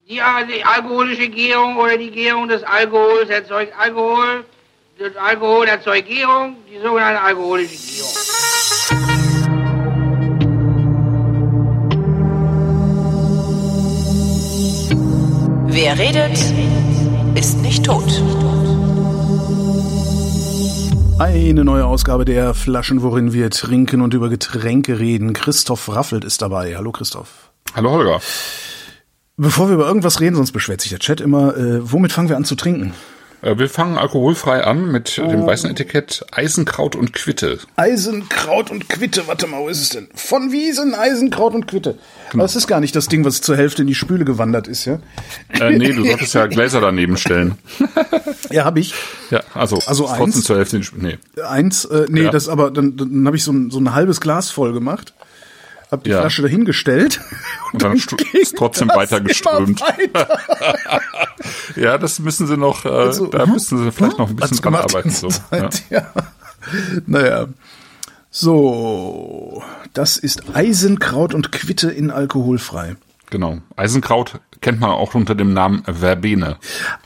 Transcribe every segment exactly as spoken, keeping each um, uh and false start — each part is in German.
Die, die alkoholische Gärung oder die Gärung des Alkohols erzeugt Alkohol. Das Alkohol erzeugt Gärung, die sogenannte alkoholische Gärung. Wer redet, ist nicht tot. Eine neue Ausgabe der Flaschen, worin wir trinken und über Getränke reden. Christoph Raffelt ist dabei. Hallo Christoph. Hallo Holger. Bevor wir über irgendwas reden, sonst beschwert sich der Chat immer, äh, womit fangen wir an zu trinken? Äh, wir fangen alkoholfrei an mit oh. dem weißen Etikett Eisenkraut und Quitte. Eisenkraut und Quitte, warte mal, wo ist es denn? Von Wiesen, Eisenkraut und Quitte. Genau. Aber es ist gar nicht das Ding, was zur Hälfte in die Spüle gewandert ist, ja? Äh, nee, du solltest ja Gläser daneben stellen. Ja, hab ich. Ja, also, also trotzdem eins, zur Hälfte in die Spüle. Nee. Eins, äh, nee, ja. das aber, dann, dann habe ich so ein, so ein halbes Glas voll gemacht. Hab die ja. Flasche dahingestellt und dann, und dann ist trotzdem weiter geströmt. Weiter. Ja, das müssen sie noch, äh, also, da müssen sie vielleicht noch ein bisschen dran arbeiten. So. Zeit, ja. Ja. Naja. So, das ist Eisenkraut und Quitte in alkoholfrei. Genau. Eisenkraut kennt man auch unter dem Namen Verbene.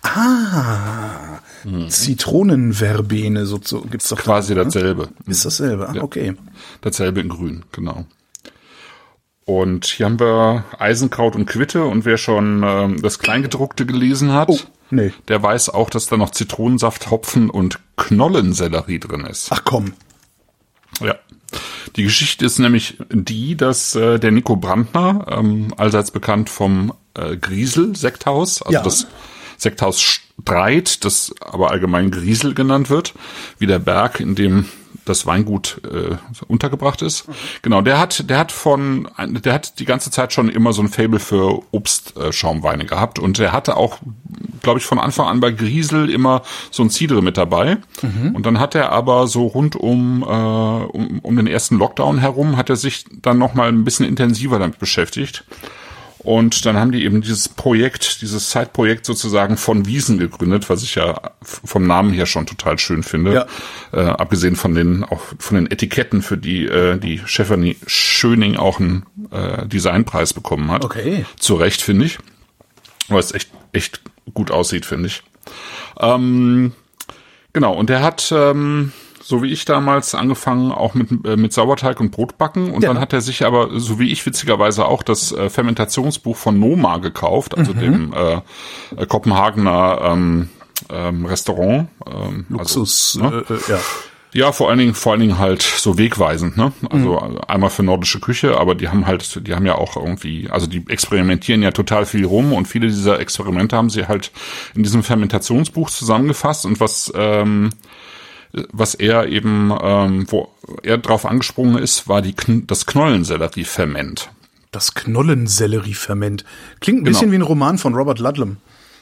Ah, hm. Zitronenverbene, so, so gibt's doch. Quasi da, dasselbe. Ne? Ist dasselbe, ah, okay. Ja. Dasselbe in grün, genau. Und hier haben wir Eisenkraut und Quitte, und wer schon ähm, das Kleingedruckte gelesen hat, oh, nee. der weiß auch, dass da noch Zitronensaft, Hopfen und Knollensellerie drin ist. Ach komm. Ja. Die Geschichte ist nämlich die, dass äh, der Nico Brandner, ähm, allseits bekannt vom äh, Griesel-Sekthaus, also ja. das Sekthaus Streit, das aber allgemein Griesel genannt wird, wie der Berg, in dem das Weingut äh, untergebracht ist. Mhm. Genau, der hat, der hat von, der hat die ganze Zeit schon immer so ein Faible für Obstschaumweine gehabt, und der hatte auch, glaube ich, von Anfang an bei Griesel immer so ein Cidre mit dabei. Mhm. Und dann hat er aber so rund um, äh, um um den ersten Lockdown herum hat er sich dann noch mal ein bisschen intensiver damit beschäftigt. Und dann haben die eben dieses Projekt, dieses Side-Projekt sozusagen von Wiesen gegründet, was ich ja vom Namen her schon total schön finde. Ja. Äh, abgesehen von den, auch von den Etiketten, für die äh, die Stefanie Schöning auch einen äh, Designpreis bekommen hat. Okay. Zu Recht, finde ich. Weil es echt, echt gut aussieht, finde ich. Ähm, genau, und der hat, ähm, so wie ich damals, angefangen auch mit äh, mit Sauerteig und Brotbacken, und ja. dann hat er sich aber, so wie ich witzigerweise auch, das äh, Fermentationsbuch von Noma gekauft, also mhm. dem äh, Kopenhagener ähm, ähm, Restaurant. Ähm, Luxus, also, ne? äh, äh, ja. Ja, vor allen Dingen, vor allen Dingen halt so wegweisend, ne? Also mhm. einmal für nordische Küche, aber die haben halt, die haben ja auch irgendwie, also die experimentieren ja total viel rum, und viele dieser Experimente haben sie halt in diesem Fermentationsbuch zusammengefasst, und was ähm, was er eben, ähm, wo er drauf angesprungen ist, war die das Knollensellerie-Ferment. Das Knollensellerie-Ferment. Klingt ein genau. bisschen wie ein Roman von Robert Ludlum.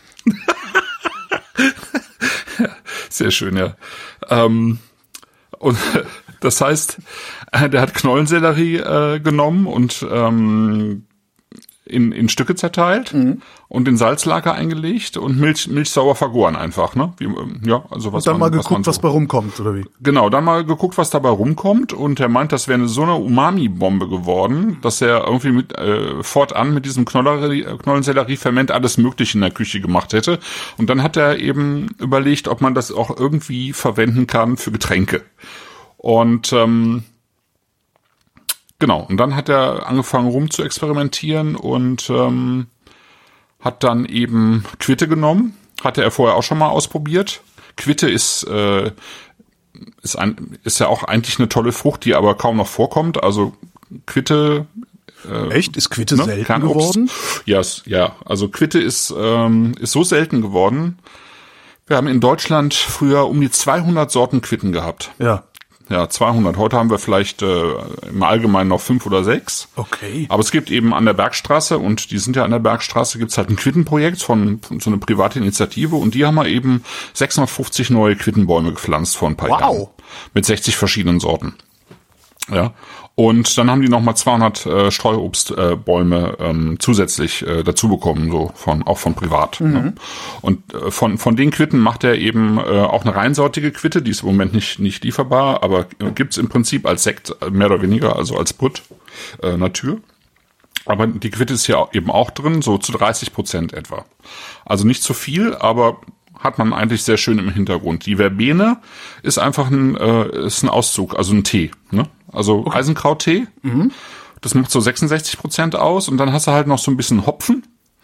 Sehr schön, ja. Ähm, und das heißt, der hat Knollensellerie äh, genommen und ähm, in, in Stücke zerteilt mhm. und in Salzlager eingelegt und Milch, Milch sauer vergoren einfach, ne? Wie, ja, also was und dann man, mal geguckt, was, so, was bei rumkommt, oder wie? Genau, dann mal geguckt, was dabei rumkommt, und er meint, das wäre so eine Umami-Bombe geworden, dass er irgendwie mit äh, fortan mit diesem Knollensellerie-Ferment alles Mögliche in der Küche gemacht hätte. Und dann hat er eben überlegt, ob man das auch irgendwie verwenden kann für Getränke. Und ähm, genau, und dann hat er angefangen rum zu experimentieren und ähm, hat dann eben Quitte genommen. Hatte er vorher auch schon mal ausprobiert. Quitte ist äh, ist, ein, ist ja auch eigentlich eine tolle Frucht, die aber kaum noch vorkommt. Also Quitte... Äh, Echt? Ist Quitte ne? selten Kernobst. geworden? Ja, ja, also Quitte ist, ähm, ist so selten geworden. Wir haben in Deutschland früher um die zweihundert Sorten Quitten gehabt. Ja. Ja, zweihundert. Heute haben wir vielleicht äh, im Allgemeinen noch fünf oder sechs. Okay. Aber es gibt eben an der Bergstraße, und die sind ja an der Bergstraße, gibt's halt ein Quittenprojekt von, von so einer private Initiative, und die haben wir eben sechshundertfünfzig neue Quittenbäume gepflanzt vor ein paar wow. Jahren. Mit sechzig verschiedenen Sorten. Ja. Und dann haben die nochmal zweihundert äh, Streuobstbäume äh, ähm, zusätzlich äh, dazu bekommen, so von auch von privat. Mhm. Ne? Und äh, von von den Quitten macht er eben äh, auch eine reinsortige Quitte, die ist im Moment nicht nicht lieferbar, aber äh, gibt's im Prinzip als Sekt äh, mehr oder weniger, also als Brut äh, Natur. Aber die Quitte ist ja eben auch drin, so zu dreißig Prozent etwa. Also nicht zu viel, aber hat man eigentlich sehr schön im Hintergrund. Die Verbene ist einfach ein, äh, ist ein Auszug, also ein Tee. Ne? Also okay. Eisenkrauttee. Mhm. Das macht so sechsundsechzig Prozent aus. Und dann hast du halt noch so ein bisschen Hopfen.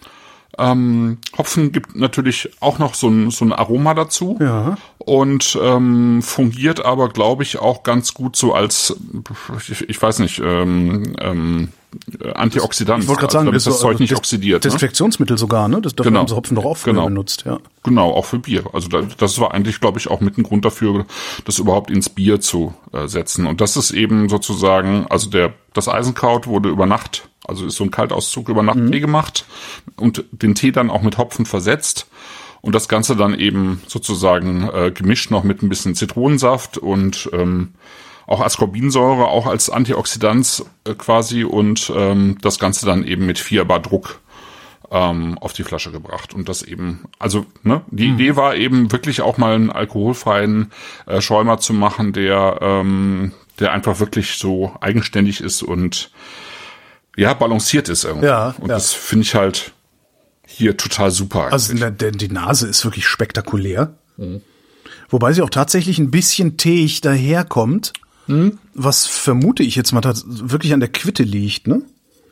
Ähm, Hopfen gibt natürlich auch noch so ein, so ein Aroma dazu. Ja. Und ähm, fungiert aber, glaube ich, auch ganz gut so als, ich, ich weiß nicht, ähm, ähm, Antioxidant. Ich wollte gerade sagen, also, damit das, das Zeug nicht Des- oxidiert. Desinfektionsmittel ne? sogar, ne? Das dafür genau. haben sie Hopfen doch auch früher genau. benutzt, ja. Genau, auch für Bier. Also da, das war eigentlich, glaube ich, auch mit ein Grund dafür, das überhaupt ins Bier zu äh, setzen. Und das ist eben sozusagen, also der das Eisenkraut wurde über Nacht, also ist so ein Kaltauszug über Nacht mhm. Tee gemacht und den Tee dann auch mit Hopfen versetzt. Und das Ganze dann eben sozusagen äh, gemischt noch mit ein bisschen Zitronensaft und ähm, auch Ascorbinsäure, auch als Antioxidant äh, quasi und ähm, das Ganze dann eben mit vier Bar Druck ähm, auf die Flasche gebracht. Und das eben, also ne, die mhm. Idee war eben wirklich auch mal einen alkoholfreien äh, Schäumer zu machen, der ähm, der einfach wirklich so eigenständig ist und ja, balanciert ist irgendwie. Ja, und ja. das finde ich halt hier total super. Also der, der, die Nase ist wirklich spektakulär. Mhm. Wobei sie auch tatsächlich ein bisschen teig daherkommt, mhm. was vermute ich jetzt mal tats- wirklich an der Quitte liegt, ne?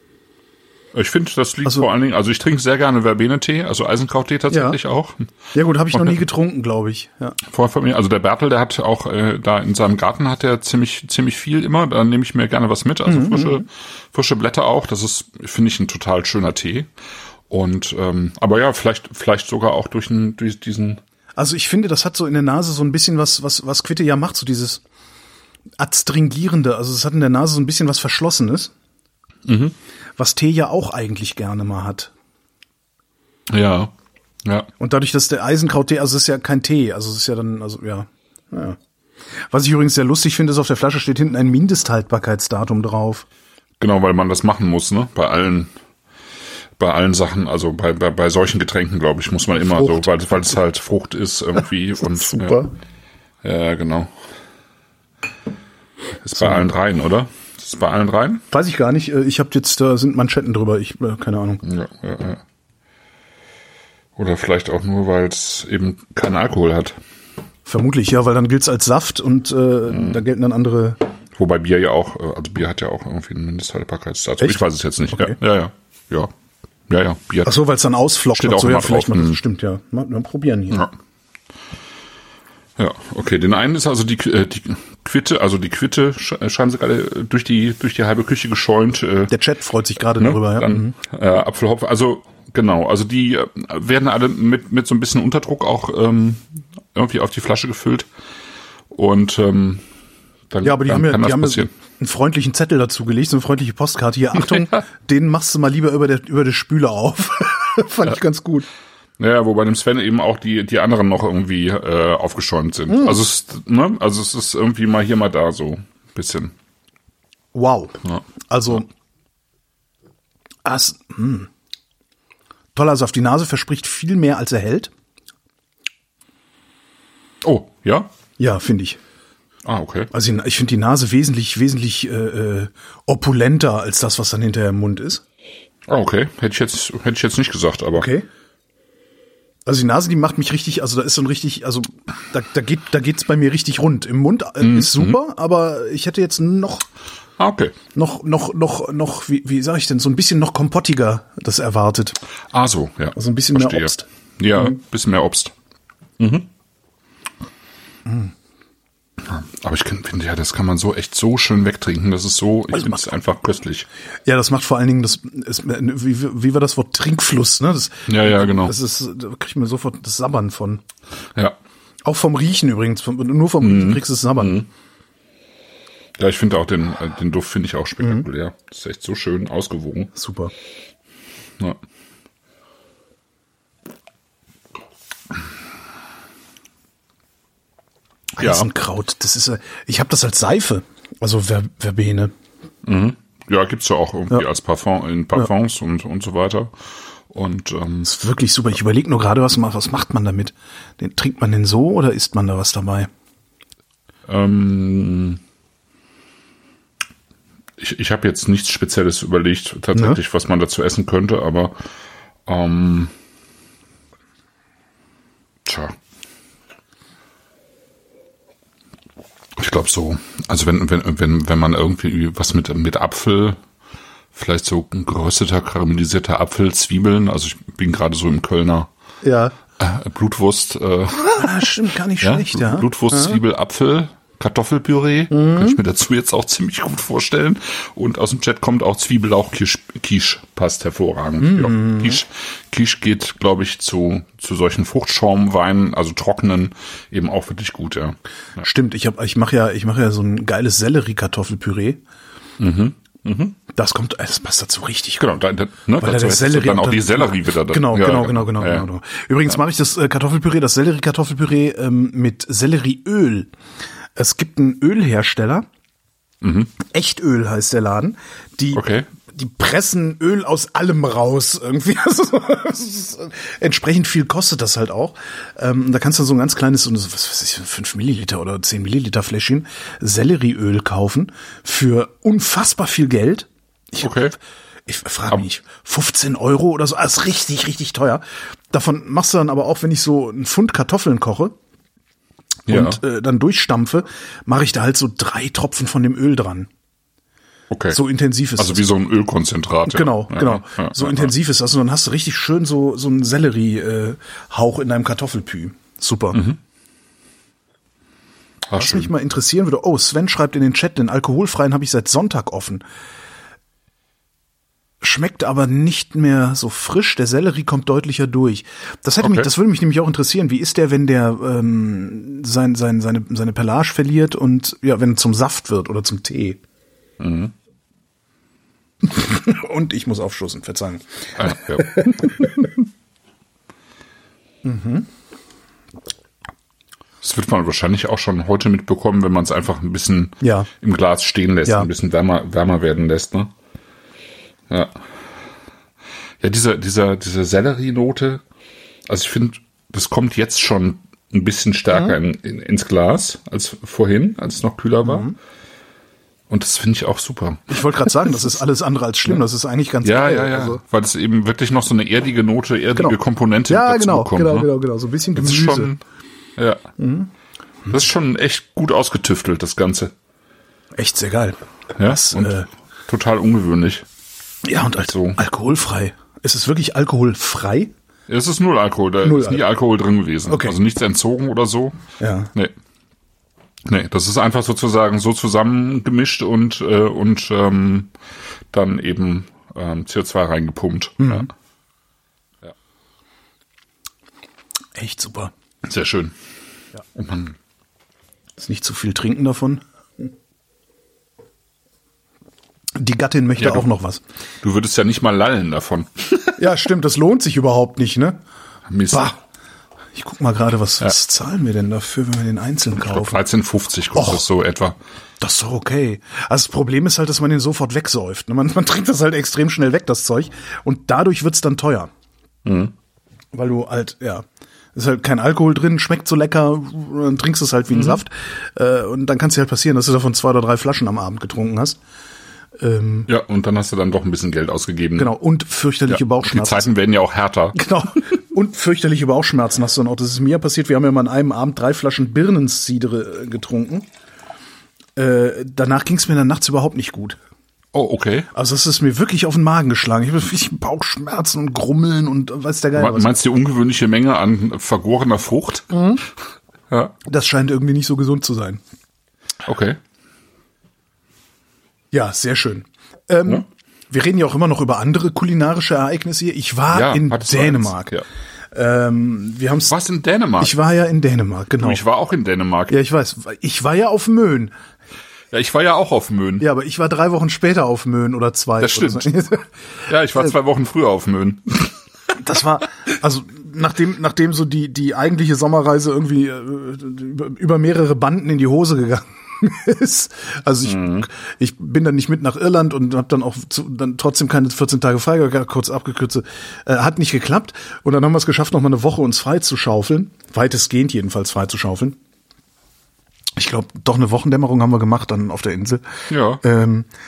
Ich finde, das liegt also, vor allen Dingen, also ich trinke sehr gerne Verbene-Tee, also Eisenkrauttee tatsächlich ja. auch. Ja gut, habe ich noch nie getrunken, glaube ich. Ja. Vor von mir, also der Bertel, der hat auch äh, da in seinem Garten hat er ziemlich ziemlich viel immer, da nehme ich mir gerne was mit, also mhm. frische frische Blätter auch, das ist, finde ich, ein total schöner Tee. Und ähm, aber ja, vielleicht vielleicht sogar auch durch, einen, durch diesen. Also ich finde, das hat so in der Nase so ein bisschen was, was was Quitte ja macht, so dieses Adstringierende. Also es hat in der Nase so ein bisschen was Verschlossenes, mhm. was Tee ja auch eigentlich gerne mal hat. Ja, ja. Und dadurch, dass der Eisenkrauttee, also es ist ja kein Tee, also es ist ja dann, also ja, ja. Was ich übrigens sehr lustig finde, ist, auf der Flasche steht hinten ein Mindesthaltbarkeitsdatum drauf. Genau, weil man das machen muss, ne? Bei allen. Bei allen Sachen, also bei, bei, bei solchen Getränken, glaube ich, muss man immer Frucht. so, weil, weil es halt Frucht ist irgendwie. und super. Ja, ja, genau. Ist so. Bei allen dreien, oder? Ist bei allen dreien? Weiß ich gar nicht. Ich habe jetzt, da sind Manschetten drüber. Ich, keine Ahnung. Ja, ja, ja. Oder vielleicht auch nur, weil es eben keinen Alkohol hat. Vermutlich, ja, weil dann gilt's als Saft und äh, mhm. da gelten dann andere. Wobei Bier ja auch, also Bier hat ja auch irgendwie ein Mindesthaltbarkeitsdatum. Ich weiß es jetzt nicht. Okay. Ja, ja, ja. Ja. Ja, ja, Bier. Ach so, weil es dann ausflockt. Steht auch so, immer ja, vielleicht drauf. mal, das stimmt, ja. Mal, mal probieren hier. Ja. Ja, okay. Den einen ist also die, äh, die Quitte, also die Quitte scheinen sie gerade durch die durch die halbe Küche geschäumt. Äh, Der Chat freut sich gerade ne? darüber, ja. Dann, mhm. äh, Apfelhopfen, also genau, also die äh, werden alle mit mit so ein bisschen Unterdruck auch ähm, irgendwie auf die Flasche gefüllt und ähm, dann, ja, aber die dann haben ja, kann die das haben passieren. einen freundlichen Zettel dazu gelegt, so eine freundliche Postkarte. Hier, Achtung, ja. den machst du mal lieber über der über der Spüle auf. Fand ja. ich ganz gut. Ja, wo bei dem Sven eben auch die die anderen noch irgendwie äh, aufgeschäumt sind. Mhm. Also es ne, also es ist irgendwie mal hier mal da so ein bisschen. Wow. Ja. Also as, mh. toller Saft. Die Nase verspricht viel mehr, als er hält. Oh, ja? Ja, finde ich. Ah, okay. Also ich finde die Nase wesentlich wesentlich äh, äh, opulenter als das, was dann hinterher im Mund ist. Ah, okay. Hätte ich jetzt hätte ich jetzt nicht gesagt, aber. Okay. Also die Nase, die macht mich richtig, also da ist so ein richtig, also da, da geht da geht's bei mir richtig rund. Im Mund äh, mm, ist super, mm. aber ich hätte jetzt noch ah, okay. noch noch noch noch wie wie sage ich denn, so ein bisschen noch kompottiger das erwartet. Ah, so, ja. Also ein bisschen Verstehe. mehr Obst. Ja, ein mhm. bisschen mehr Obst. Mhm. Mhm. Aber ich finde ja, das kann man so echt so schön wegtrinken. Das ist so, ich finde es einfach köstlich. Ja, das macht vor allen Dingen das, ist, wie, wie war das Wort Trinkfluss, ne? Das, ja, ja, genau. Das ist, da kriegt man sofort das Sabbern von. Ja. Auch vom Riechen übrigens, vom, nur vom Riechen mhm. kriegst du das Sabbern. Mhm. Ja, ich finde auch den, den Duft finde ich auch spektakulär. Mhm. Das ist echt so schön ausgewogen. Super. Ja. Eisenkraut, das ist, ich habe das als Seife, also Ver, Verbene. Mhm. Ja, gibt's ja auch irgendwie ja. als Parfum in Parfums ja. und und so weiter. Und ähm, das ist wirklich super. Ich überlege nur gerade, was was macht man damit? Den trinkt man den so oder isst man da was dabei? Ähm, Ich, ich habe jetzt nichts Spezielles überlegt, tatsächlich, ja. was man dazu essen könnte, aber ähm, tja. Ich glaube so. Also wenn, wenn, wenn, wenn man irgendwie was mit, mit Apfel, vielleicht so ein gerösteter, karamellisierter Apfel, Zwiebeln, also ich bin gerade so im Kölner ja. äh, Blutwurst. Äh, ah, stimmt, gar nicht ja, schlecht, ja. Blutwurst, ja. Zwiebel, Apfel, Kartoffelpüree, mhm. kann ich mir dazu jetzt auch ziemlich gut vorstellen. Und aus dem Chat kommt auch Zwiebellauch-Quiche, Quiche passt hervorragend. Mhm. Ja, Quiche, Quiche geht, glaube ich, zu zu solchen Fruchtschaumweinen, also trockenen, eben auch wirklich gut, ja. ja. Stimmt, ich hab, ich mache ja, ich mache ja so ein geiles Sellerie-Kartoffelpüree. Mhm. Mhm. Das kommt, das passt dazu richtig gut. Genau, da, da, ne, weil dazu der Sellerie dann auch die Sellerie wieder da. Genau, ja, genau, genau, genau, ja. genau. Übrigens ja. mache ich das äh, Kartoffelpüree, das Sellerie-Kartoffelpüree ähm, mit Sellerieöl. Es gibt einen Ölhersteller, mhm. Echtöl heißt der Laden, die, okay. die pressen Öl aus allem raus irgendwie. Also, entsprechend viel kostet das halt auch. Ähm, da kannst du so ein ganz kleines, so, was weiß ich, fünf Milliliter oder zehn Milliliter Fläschchen Sellerieöl kaufen für unfassbar viel Geld. Ich, okay. Ich frage mich, fünfzehn Euro oder so, das ist richtig, richtig teuer. Davon machst du dann aber auch, wenn ich so einen Pfund Kartoffeln koche, und ja. äh, dann durchstampfe, mache ich da halt so drei Tropfen von dem Öl dran. Okay. So intensiv ist also das. Also wie so ein Ölkonzentrat. Genau, ja. genau. Ja, ja, so ja, intensiv ist das. Und dann hast du richtig schön so so einen Sellerie-Hauch in deinem Kartoffelpü. Super. Mhm. Ach, Was schön. mich mal interessieren würde, oh, Sven schreibt in den Chat, den alkoholfreien habe ich seit Sonntag offen. Schmeckt aber nicht mehr so frisch. Der Sellerie kommt deutlicher durch. Das hätte okay. mich, das würde mich nämlich auch interessieren. Wie ist der, wenn der ähm, sein, sein, seine, seine Perlage verliert und ja, wenn zum Saft wird oder zum Tee? Mhm. Und ich muss aufstoßen, verzeihen. Ah, ja. mhm. Das wird man wahrscheinlich auch schon heute mitbekommen, wenn man es einfach ein bisschen ja. im Glas stehen lässt, ja. ein bisschen wärmer, wärmer werden lässt, ne? Ja. Ja, dieser, dieser, diese Sellerie-Note, also ich finde, das kommt jetzt schon ein bisschen stärker mhm. in, in, ins Glas als vorhin, als es noch kühler war. Mhm. Und das finde ich auch super. Ich wollte gerade sagen, das ist alles andere als schlimm, das ist eigentlich ganz Ja, geil. ja, ja, also. weil es eben wirklich noch so eine erdige Note, erdige genau. Komponente ja, dazu genau, bekommt. genau, ne? genau, genau, so ein bisschen Gemüse. Das ist schon, ja. Mhm. Das ist schon echt gut ausgetüftelt, das Ganze. Echt sehr geil. Ja, das, und äh, total ungewöhnlich. Ja, und also, so. alkoholfrei. Ist es wirklich alkoholfrei? Es ist null Alkohol, da null ist nie Alkohol drin gewesen. Okay. Also nichts entzogen oder so. Ja. Nee. Nee, das ist einfach sozusagen so zusammengemischt und, äh, und ähm, dann eben ähm, C O zwei reingepumpt. Mhm. Ja. Ja. Echt super. Sehr schön. Ja. Und man ist nicht zu viel trinken davon. Die Gattin möchte ja, du, auch noch was. Du würdest ja nicht mal lallen davon. Ja, stimmt, das lohnt sich überhaupt nicht, ne? Mist. Bah. Ich guck mal gerade, was, ja. was zahlen wir denn dafür, wenn wir den einzeln kaufen? Ich glaube dreizehn fünfzig kostet das so etwa. Das ist doch okay. Also das Problem ist halt, dass man den sofort wegsäuft. Man, man trinkt das halt extrem schnell weg, das Zeug. Und dadurch wird's dann teuer. Mhm. Weil du halt, ja, ist halt kein Alkohol drin, schmeckt so lecker, dann trinkst du es halt wie ein mhm. Saft. Äh, und dann kann es dir halt passieren, dass du davon zwei oder drei Flaschen am Abend getrunken hast. Ähm, ja, und dann hast du dann doch ein bisschen Geld ausgegeben. Genau, und fürchterliche ja, Bauchschmerzen. Die Zeiten werden ja auch härter. Genau, und fürchterliche Bauchschmerzen hast du dann auch. Das ist mir passiert, wir haben ja mal an einem Abend drei Flaschen Birnencidre getrunken. Äh, danach ging es mir dann nachts überhaupt nicht gut. Oh, okay. Also das ist mir wirklich auf den Magen geschlagen. Ich habe richtig Bauchschmerzen und Grummeln und weiß der Geil. Me- meinst du die ungewöhnliche Menge an vergorener Frucht? Mhm. Ja. Das scheint irgendwie nicht so gesund zu sein. Okay. Ja, sehr schön. Ähm, ja. Wir reden ja auch immer noch über andere kulinarische Ereignisse hier. Ich war ja, in Dänemark. Ja. Ähm, wir haben's, Was in Dänemark? Ich war ja in Dänemark, genau. Du, ich war auch in Dänemark. Ja, ich weiß. Ich war ja auf Möhn. Ja, ich war ja auch auf Möhn. Ja, aber ich war drei Wochen später auf Möhn oder zwei. Das stimmt. Oder so. Ja, ich war zwei Wochen früher auf Möhn. Das war, also nachdem nachdem so die die eigentliche Sommerreise irgendwie äh, über, über mehrere Banden in die Hose gegangen ist. Also ich mhm. ich bin dann nicht mit nach Irland und habe dann auch zu, dann trotzdem keine vierzehn Tage frei, kurz abgekürzt. Äh, hat nicht geklappt und dann haben wir es geschafft, noch mal eine Woche uns frei zu schaufeln, weitestgehend jedenfalls frei zu schaufeln. Ich glaube, doch eine Wochendämmerung haben wir gemacht dann auf der Insel. Ja. Ähm,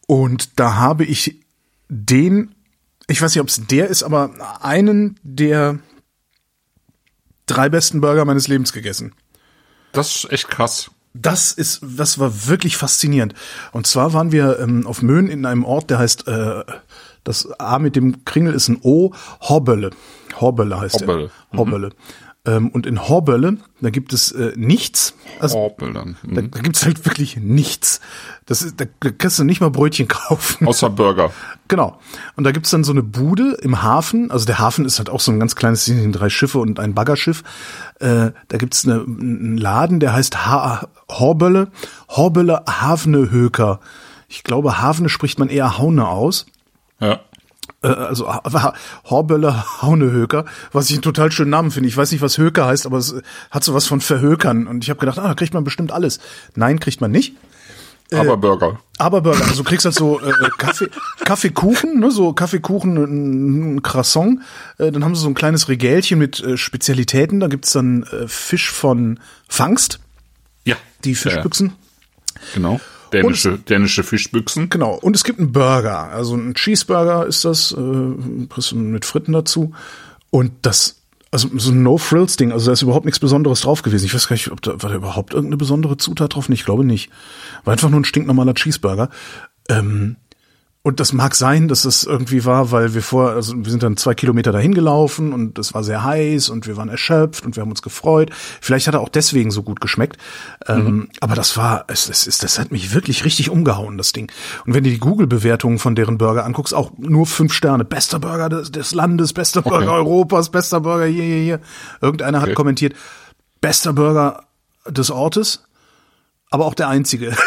Und da habe ich den, ich weiß nicht, ob es der ist, aber einen der drei besten Burger meines Lebens gegessen. Das ist echt krass. Das ist, das war wirklich faszinierend. Und zwar waren wir ähm, auf Möhn in einem Ort, der heißt, äh, das A mit dem Kringel ist ein O, Horbölle. Horbölle heißt Horbölle. der. Horbölle. Mhm. Ähm, und in Horbölle, da gibt es äh, nichts. Also, Horbölle. Mhm. Da, da gibt es halt wirklich nichts. Das ist, da, da kannst du nicht mal Brötchen kaufen. Außer Burger. Genau. Und da gibt's dann so eine Bude im Hafen. Also der Hafen ist halt auch so ein ganz kleines, drei Schiffe und ein Baggerschiff. Äh, da gibt's eine, einen Laden, der heißt ha- Horbölle. Horbölle Havnehöker. Ich glaube, Havne spricht man eher Haune aus. Ja. Äh, also Horbölle Haunehöker, was ich einen total schönen Namen finde. Ich weiß nicht, was Höker heißt, aber es hat so was von Verhökern. Und ich habe gedacht, ah, da kriegt man bestimmt alles. Nein, kriegt man nicht. Aber äh, Burger. Aber Burger. Also du kriegst halt so äh, Kaffee, Kaffeekuchen, ne, so Kaffeekuchen, ein, ein Croissant. Äh, dann haben sie so ein kleines Regälchen mit äh, Spezialitäten. Da gibt's dann äh, Fisch von Fangst. Ja. Die Fischbüchsen. Ja. Genau. Dänische, und, dänische Fischbüchsen. Genau. Und es gibt einen Burger. Also ein Cheeseburger ist das, äh, mit Fritten dazu. Und das, also so ein No-Frills-Ding, also da ist überhaupt nichts Besonderes drauf gewesen. Ich weiß gar nicht, ob da, war da überhaupt irgendeine besondere Zutat drauf? Ich glaube nicht. War einfach nur ein stinknormaler Cheeseburger. Ähm, und das mag sein, dass das irgendwie war, weil wir vor, also wir sind dann zwei Kilometer dahin gelaufen und es war sehr heiß und wir waren erschöpft und wir haben uns gefreut. Vielleicht hat er auch deswegen so gut geschmeckt. Mhm. Ähm, aber das war, es, es ist, das hat mich wirklich richtig umgehauen, das Ding. Und wenn du die Google-Bewertungen von deren Burger anguckst, auch nur fünf Sterne. Bester Burger des, des Landes, bester Burger okay. Europas, bester Burger hier, hier, hier. Irgendeiner okay. hat kommentiert, bester Burger des Ortes, aber auch der einzige.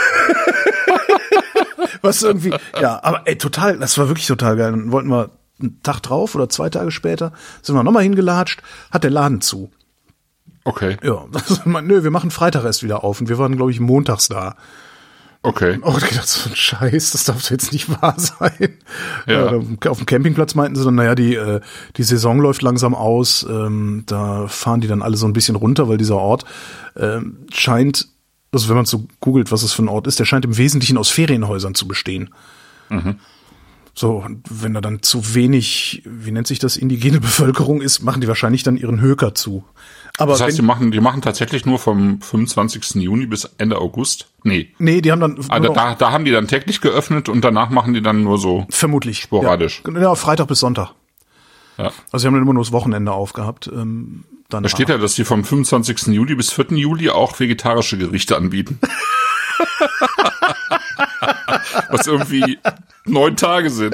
Was irgendwie, ja, aber ey, total, das war wirklich total geil. Dann wollten wir einen Tag drauf oder zwei Tage später, sind wir nochmal hingelatscht, hat der Laden zu. Okay. Ja, das, nö, wir machen Freitag erst wieder auf und wir waren, glaube ich, montags da. Okay. Oh, ich dachte, so ein Scheiß, das darf jetzt nicht wahr sein. Ja. Ja, auf dem Campingplatz meinten sie dann, naja, die, äh, die Saison läuft langsam aus, ähm, da fahren die dann alle so ein bisschen runter, weil dieser Ort ähm, scheint, also wenn man so googelt, was es für ein Ort ist, der scheint im Wesentlichen aus Ferienhäusern zu bestehen. Mhm. So, und wenn da dann zu wenig, wie nennt sich das, indigene Bevölkerung ist, machen die wahrscheinlich dann ihren Höker zu. Aber das heißt, wenn, die machen, die machen tatsächlich nur vom fünfundzwanzigsten Juni bis Ende August? Nee. Nee, die haben dann... Also da, da haben die dann täglich geöffnet und danach machen die dann nur so... Vermutlich. Sporadisch. Ja, ja, Freitag bis Sonntag. Ja. Also sie haben dann immer nur das Wochenende aufgehabt. Ähm, da steht ja, dass die vom fünfundzwanzigsten Juli bis vierten Juli auch vegetarische Gerichte anbieten. Was irgendwie neun Tage sind.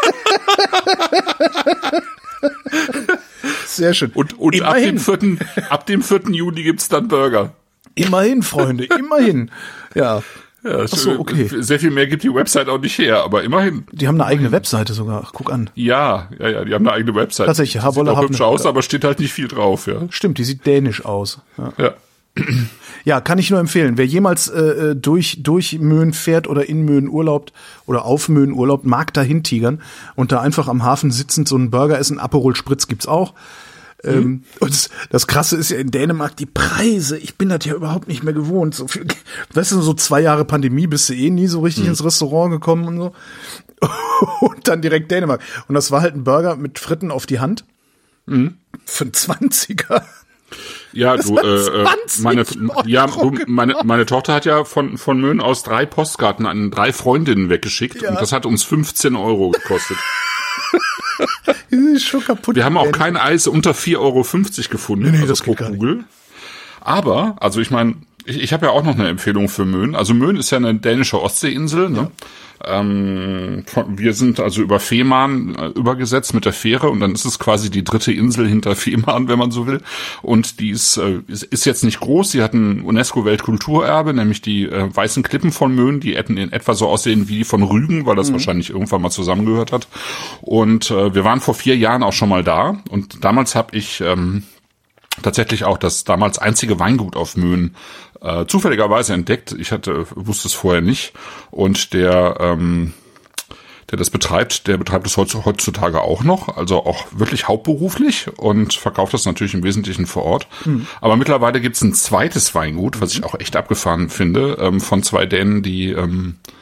Sehr schön. Und, und ab dem vierten ab dem vierten Juli gibt's dann Burger. Immerhin, Freunde, immerhin. Ja. Ja, ach so, okay. Sehr viel mehr gibt die Website auch nicht her, aber immerhin. Die haben eine eigene Webseite sogar. Ach, guck an. Ja, ja, ja, die haben eine eigene Webseite. Tatsächlich, Haarwolle sieht auch hübsch aus, aber steht halt nicht viel drauf, ja. Stimmt, die sieht dänisch aus. Ja. Ja. Ja, kann ich nur empfehlen. Wer jemals äh, durch durch Möhn fährt oder in Möhn urlaubt oder auf Möhn urlaubt, mag da hintigern und da einfach am Hafen sitzend so einen Burger essen. Aperol Spritz gibt's auch. Mhm. Ähm, und das, das Krasse ist ja in Dänemark die Preise. Ich bin das ja überhaupt nicht mehr gewohnt. So viel, weißt du, so zwei Jahre Pandemie bist du eh nie so richtig mhm. ins Restaurant gekommen und so. Und dann direkt Dänemark. Und das war halt ein Burger mit Fritten auf die Hand. Mhm. Für einen Zwanziger. Ja, du, äh, meine, ja, du, meine, meine Tochter hat ja von, von Möhn aus drei Postkarten an drei Freundinnen weggeschickt ja. und das hat uns fünfzehn Euro gekostet. Das ist schon kaputt. Wir haben auch kein Eis unter vier Euro fünfzig gefunden. Nee, nee, also das geht gar Google. Nicht. Aber, also ich meine, ich, ich habe ja auch noch eine Empfehlung für Möhn. Also Möhn ist ja eine dänische Ostseeinsel, ne? Ja. Ähm, von, wir sind also über Fehmarn äh, übergesetzt mit der Fähre und dann ist es quasi die dritte Insel hinter Fehmarn, wenn man so will. Und die ist, äh, ist, ist jetzt nicht groß. Sie hat ein UNESCO-Weltkulturerbe, nämlich die äh, weißen Klippen von Möhn, die in etwa so aussehen wie die von Rügen, weil das mhm. wahrscheinlich irgendwann mal zusammengehört hat. Und äh, wir waren vor vier Jahren auch schon mal da und damals habe ich ähm, tatsächlich auch das damals einzige Weingut auf Möhn äh, zufälligerweise entdeckt. Ich hatte wusste es vorher nicht. Und der, ähm, der das betreibt, der betreibt es heutzutage auch noch, also auch wirklich hauptberuflich und verkauft das natürlich im Wesentlichen vor Ort. Mhm. Aber mittlerweile gibt es ein zweites Weingut, was ich auch echt abgefahren finde, ähm, von zwei Dänen, die ähm,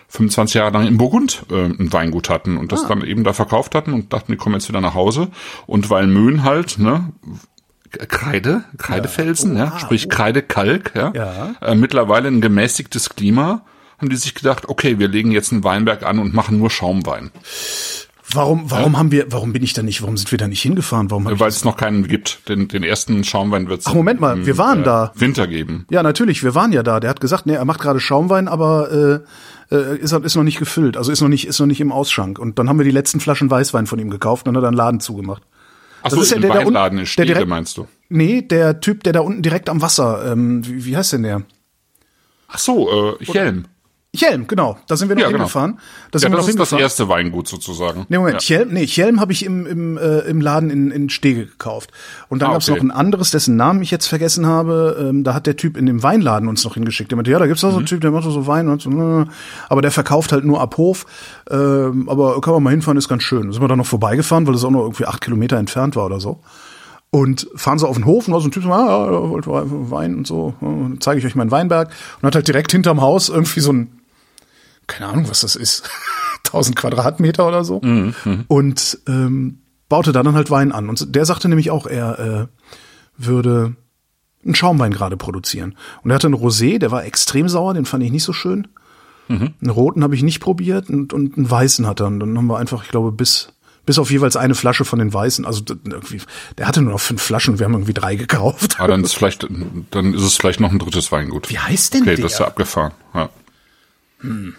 fünfundzwanzig Jahre lang in Burgund äh, ein Weingut hatten und das ah. dann eben da verkauft hatten und dachten, wir kommen jetzt wieder nach Hause. Und weil Möhn halt, ne, Kreide, Kreidefelsen, ja, oh, ja sprich oh. Kreidekalk, ja, ja. Äh, mittlerweile ein gemäßigtes Klima, haben die sich gedacht, okay, wir legen jetzt einen Weinberg an und machen nur Schaumwein. Warum, warum ja? haben wir, warum bin ich da nicht, warum sind wir da nicht hingefahren? Warum Weil es noch keinen gibt. Den, den ersten Schaumwein wird es Ach, Moment mal, wir waren äh, da. Winter geben. Ja, natürlich, wir waren ja da. Der hat gesagt, nee, er macht gerade Schaumwein, aber äh, äh, ist, ist noch nicht gefüllt, also ist noch nicht, ist noch nicht im Ausschank. Und dann haben wir die letzten Flaschen Weißwein von ihm gekauft und dann hat er einen Laden zugemacht. Ach so, ist ja der, der Weinladen in Stege, direkt, meinst du? Nee, der Typ, der da unten direkt am Wasser, ähm, wie, wie heißt denn der? Ach so, äh, Chelm. Chelm, genau. Da sind wir noch ja, hingefahren. Genau. Da sind ja, wir das noch ist hingefahren. Das erste Weingut sozusagen. Nee, Moment, ja. Chelm, nee, Chelm habe ich im im äh, im Laden in in Stege gekauft. Und dann ah, gab's okay. noch ein anderes, dessen Namen ich jetzt vergessen habe. Ähm, da hat der Typ in dem Weinladen uns noch hingeschickt. Der meinte, ja, da gibt's auch mhm. so einen Typ, der macht so Wein und so, äh, aber der verkauft halt nur ab Hof. Ähm, aber kann man mal hinfahren, ist ganz schön. Da sind wir dann noch vorbeigefahren, weil es auch noch irgendwie acht Kilometer entfernt war oder so. Und fahren so auf den Hof und da so ein Typ so, ah, wollt Wein und so, dann zeige ich euch meinen Weinberg. Und hat halt direkt hinterm Haus irgendwie so ein, keine Ahnung, was das ist, tausend Quadratmeter oder so. Mhm. Und ähm, baute da dann halt Wein an. Und der sagte nämlich auch, er äh, würde einen Schaumwein gerade produzieren. Und er hatte einen Rosé, der war extrem sauer, den fand ich nicht so schön. Mhm. Einen roten habe ich nicht probiert und, und einen weißen hat er. Und dann haben wir einfach, ich glaube, bis bis auf jeweils eine Flasche von den Weißen. Also irgendwie, der hatte nur noch fünf Flaschen, wir haben irgendwie drei gekauft. Ah, dann ist vielleicht, dann ist es vielleicht noch ein drittes Weingut. Wie heißt denn okay, der? Das ist ja abgefahren. Ja. Hm.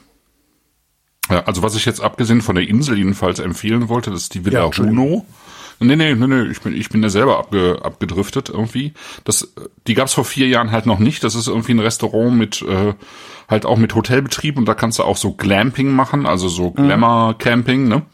Ja, also was ich jetzt abgesehen von der Insel jedenfalls empfehlen wollte, das ist die Villa ja, Huno. Nee, nee, nee, nee, ich bin, ich bin da selber abge, abgedriftet irgendwie. Das, die gab's vor vier Jahren halt noch nicht. Das ist irgendwie ein Restaurant mit, äh, halt auch mit Hotelbetrieb und da kannst du auch so Glamping machen, also so Glamour-Camping, ne?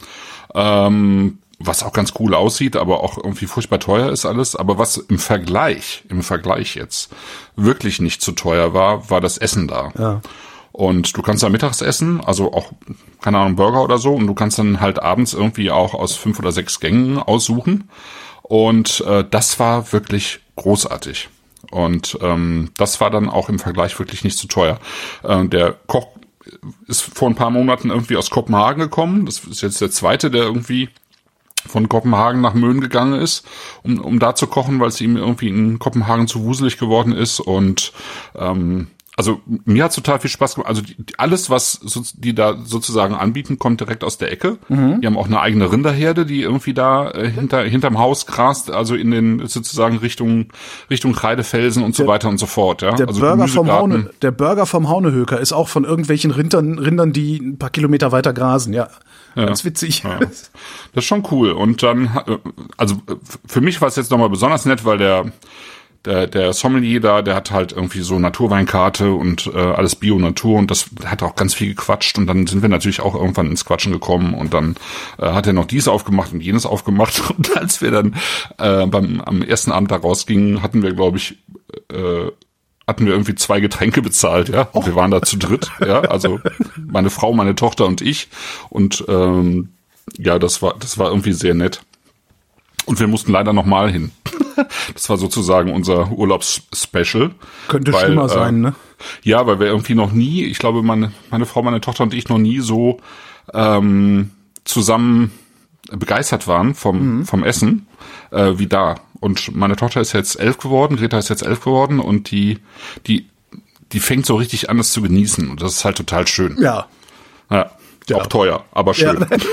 Ähm, was auch ganz cool aussieht, aber auch irgendwie furchtbar teuer ist alles. Aber was im Vergleich, im Vergleich jetzt wirklich nicht zu teuer war, war das Essen da. Ja. Und du kannst da mittags essen, also auch, keine Ahnung, Burger oder so. Und du kannst dann halt abends irgendwie auch aus fünf oder sechs Gängen aussuchen. Und äh, das war wirklich großartig. Und ähm, das war dann auch im Vergleich wirklich nicht zu teuer. Äh, der Koch ist vor ein paar Monaten irgendwie aus Kopenhagen gekommen. Das ist jetzt der zweite, der irgendwie von Kopenhagen nach Möhn gegangen ist, um, um da zu kochen, weil es ihm irgendwie in Kopenhagen zu wuselig geworden ist. Und ähm, also mir hat total viel Spaß gemacht. Also die, alles, was so, die da sozusagen anbieten, kommt direkt aus der Ecke. Mhm. Die haben auch eine eigene Rinderherde, die irgendwie da äh, hinter hinterm Haus grast, also in den sozusagen Richtung Richtung Kreidefelsen und der, so weiter und so fort. Ja, der also Burger vom Haune, der Burger vom Haunehöker ist auch von irgendwelchen Rindern, Rindern, die ein paar Kilometer weiter grasen. Ja, ja. Ganz witzig. Ja. Das ist schon cool. Und dann, also für mich war es jetzt nochmal besonders nett, weil der Der, der Sommelier da, der hat halt irgendwie so Naturweinkarte und äh, alles Bio-Natur und das hat auch ganz viel gequatscht und dann sind wir natürlich auch irgendwann ins Quatschen gekommen und dann äh, hat er noch dies aufgemacht und jenes aufgemacht und als wir dann äh, beim am ersten Abend da rausgingen, hatten wir, glaube ich, äh, hatten wir irgendwie zwei Getränke bezahlt, ja. Und wir waren da zu dritt, ja, also meine Frau, meine Tochter und ich und ähm, ja, das war das war irgendwie sehr nett. Und wir mussten leider noch mal hin. Das war sozusagen unser Urlaubsspecial. Könnte weil, schlimmer sein, ne? Äh, ja, weil wir irgendwie noch nie, ich glaube, meine, meine Frau, meine Tochter und ich noch nie so ähm, zusammen begeistert waren vom, mhm. vom Essen äh, wie da. Und meine Tochter ist jetzt elf geworden, Greta ist jetzt elf geworden und die, die, die fängt so richtig an, das zu genießen. Und das ist halt total schön. Ja. Ja, ja. Auch teuer, aber schön. Ja.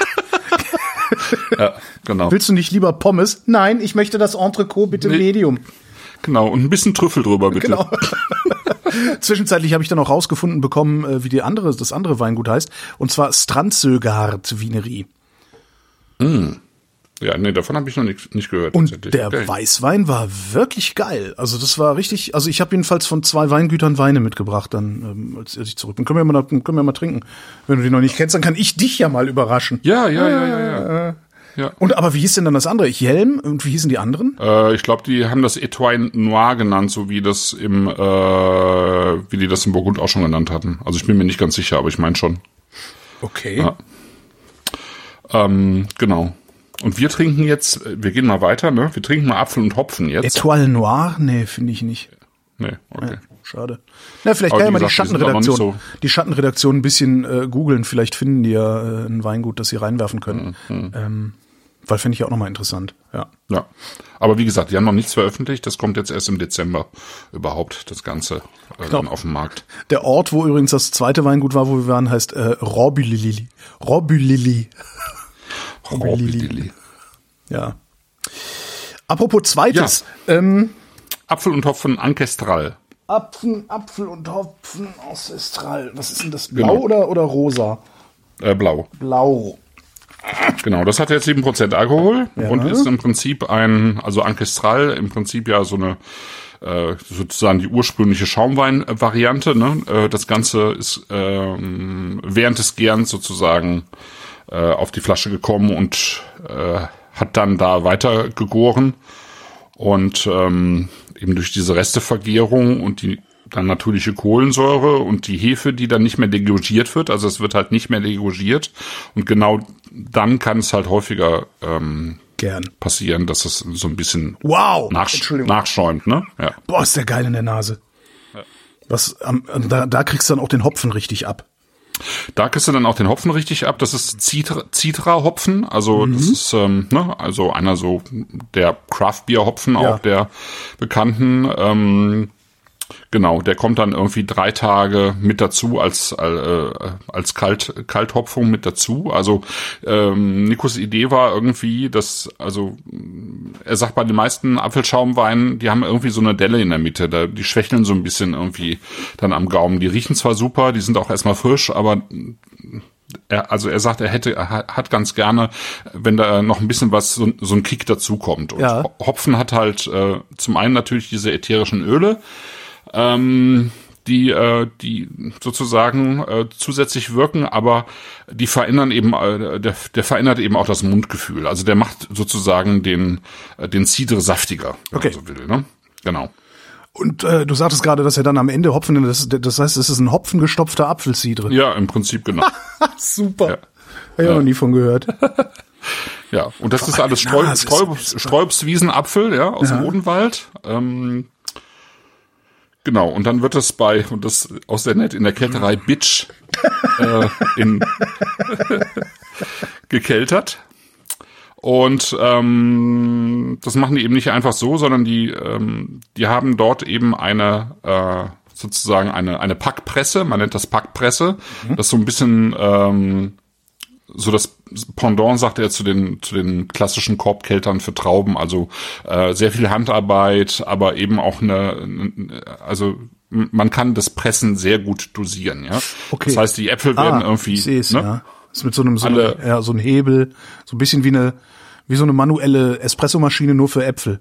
Ja, genau. Willst du nicht lieber Pommes? Nein, ich möchte das Entrecôte bitte nee. Medium. Genau, und ein bisschen Trüffel drüber, bitte. Genau. Zwischenzeitlich habe ich dann auch rausgefunden bekommen, wie die andere, das andere Weingut heißt. Und zwar Strandsögaard Winerie. Mm. Ja, nee, davon habe ich noch nicht, nicht gehört. Und der okay. Weißwein war wirklich geil. Also das war richtig, also ich habe jedenfalls von zwei Weingütern Weine mitgebracht, dann ähm, als ich zurück bin. Können wir, mal, können wir mal trinken. Wenn du die noch nicht kennst, dann kann ich dich ja mal überraschen. Ja, ja, ja, ja, ja. Äh, ja. Und aber wie hieß denn dann das andere? Chelm? Und wie hießen die anderen? Äh, ich glaube, die haben das Etoile Noir genannt, so wie das im, äh, wie die das in Burgund auch schon genannt hatten. Also ich bin mir nicht ganz sicher, aber ich meine schon. Okay. Ja. Ähm, genau. Und wir trinken jetzt, wir gehen mal weiter, ne? Wir trinken mal Apfel und Hopfen jetzt. Etoile Noir? Nee, finde ich nicht. Nee, okay. schade. Na, vielleicht Aber kann ja wie mal die gesagt, die sind auch noch Schattenredaktion, nicht so- die Schattenredaktion ein bisschen äh, googeln. Vielleicht finden die ja äh, ein Weingut, das sie reinwerfen können. Mhm. Ähm, weil finde ich ja auch nochmal interessant. Ja. Ja. Aber wie gesagt, die haben noch nichts veröffentlicht. Das kommt jetzt erst im Dezember überhaupt, das Ganze äh, dann auf den Markt. Der Ort, wo übrigens das zweite Weingut war, wo wir waren, heißt äh, Robbylili. Robbylili. Robbylili. Ja. Apropos zweites. Ja. Ähm, Apfel und Hopfen Ancestral. Apfen, Apfel und Hopfen Ancestral. Was ist denn das? Blau Genau. oder, oder rosa? Äh, blau. Blau. Genau, das hat jetzt sieben Prozent Alkohol Ja. und ist im Prinzip ein, also Ancestral, im Prinzip ja so eine, äh, sozusagen die ursprüngliche Schaumwein-Variante. Ne? Äh, das Ganze ist ähm, während des Gärens sozusagen äh, auf die Flasche gekommen und äh, hat dann da weiter gegoren. Und ähm, eben durch diese Restevergärung und die dann natürliche Kohlensäure und die Hefe, die dann nicht mehr degorgiert wird, also es wird halt nicht mehr degorgiert. Und genau dann kann es halt häufiger ähm, Gern. passieren, dass es so ein bisschen Wow. nachsch Entschuldigung. nachschäumt. Ne? Ja. Boah, ist der geil in der Nase. Was, ähm, da, da kriegst du dann auch den Hopfen richtig ab. Da kriegst du dann auch den Hopfen richtig ab. Das ist Citra- Citra-Hopfen. Also das ist ähm, ne, also einer so der Craft-Bier-Hopfen, Ja. auch der bekannten. Ähm, genau, der kommt dann irgendwie drei Tage mit dazu als äh, als Kalt Kalthopfung mit dazu. Also ähm, Nikos Idee war irgendwie, dass also er sagt, bei den meisten Apfelschaumweinen, die haben irgendwie so eine Delle in der Mitte, da, die schwächeln so ein bisschen irgendwie dann am Gaumen. Die riechen zwar super, die sind auch erstmal frisch, aber er, also er sagt, er hätte, er hat ganz gerne, wenn da noch ein bisschen was, so, so ein Kick dazu kommt. Und Ja. Hopfen hat halt äh, zum einen natürlich diese ätherischen Öle, ähm, die äh, die sozusagen äh, zusätzlich wirken, aber die verändern eben, äh, der, der verändert eben auch das Mundgefühl. Also der macht sozusagen den äh, den Cidre saftiger, wenn Okay. man so will. Ne? Genau. Und äh, du sagtest gerade, dass er dann am Ende Hopfen, das, das heißt, es ist ein hopfengestopfter Apfelcidre. Ja, im Prinzip genau. Super. Ja. Hab ich auch noch nie von gehört. Ja, und das ist Boah, alles meine Streu, Nase Streu, ist- Sträubswiesenapfel, ja, aus Ja. dem Odenwald. Ähm, genau, und dann wird es bei, und das auch sehr nett, in der Kälterei Bitch äh, in gekeltert. Und ähm, das machen die eben nicht einfach so, sondern die ähm, die haben dort eben eine äh, sozusagen eine eine Packpresse, man nennt das Packpresse, das ist so ein bisschen ähm, so das Pendant, sagt er, zu den zu den klassischen Korbkältern für Trauben, also äh, sehr viel Handarbeit, aber eben auch eine, also man kann das Pressen sehr gut dosieren, ja. Okay. Das heißt, die Äpfel werden Ah, irgendwie, ich sehe es, ne? ja. Ist mit so einem, so, Alle- einem, ja, so ein Hebel, so ein bisschen wie eine, wie so eine manuelle Espressomaschine nur für Äpfel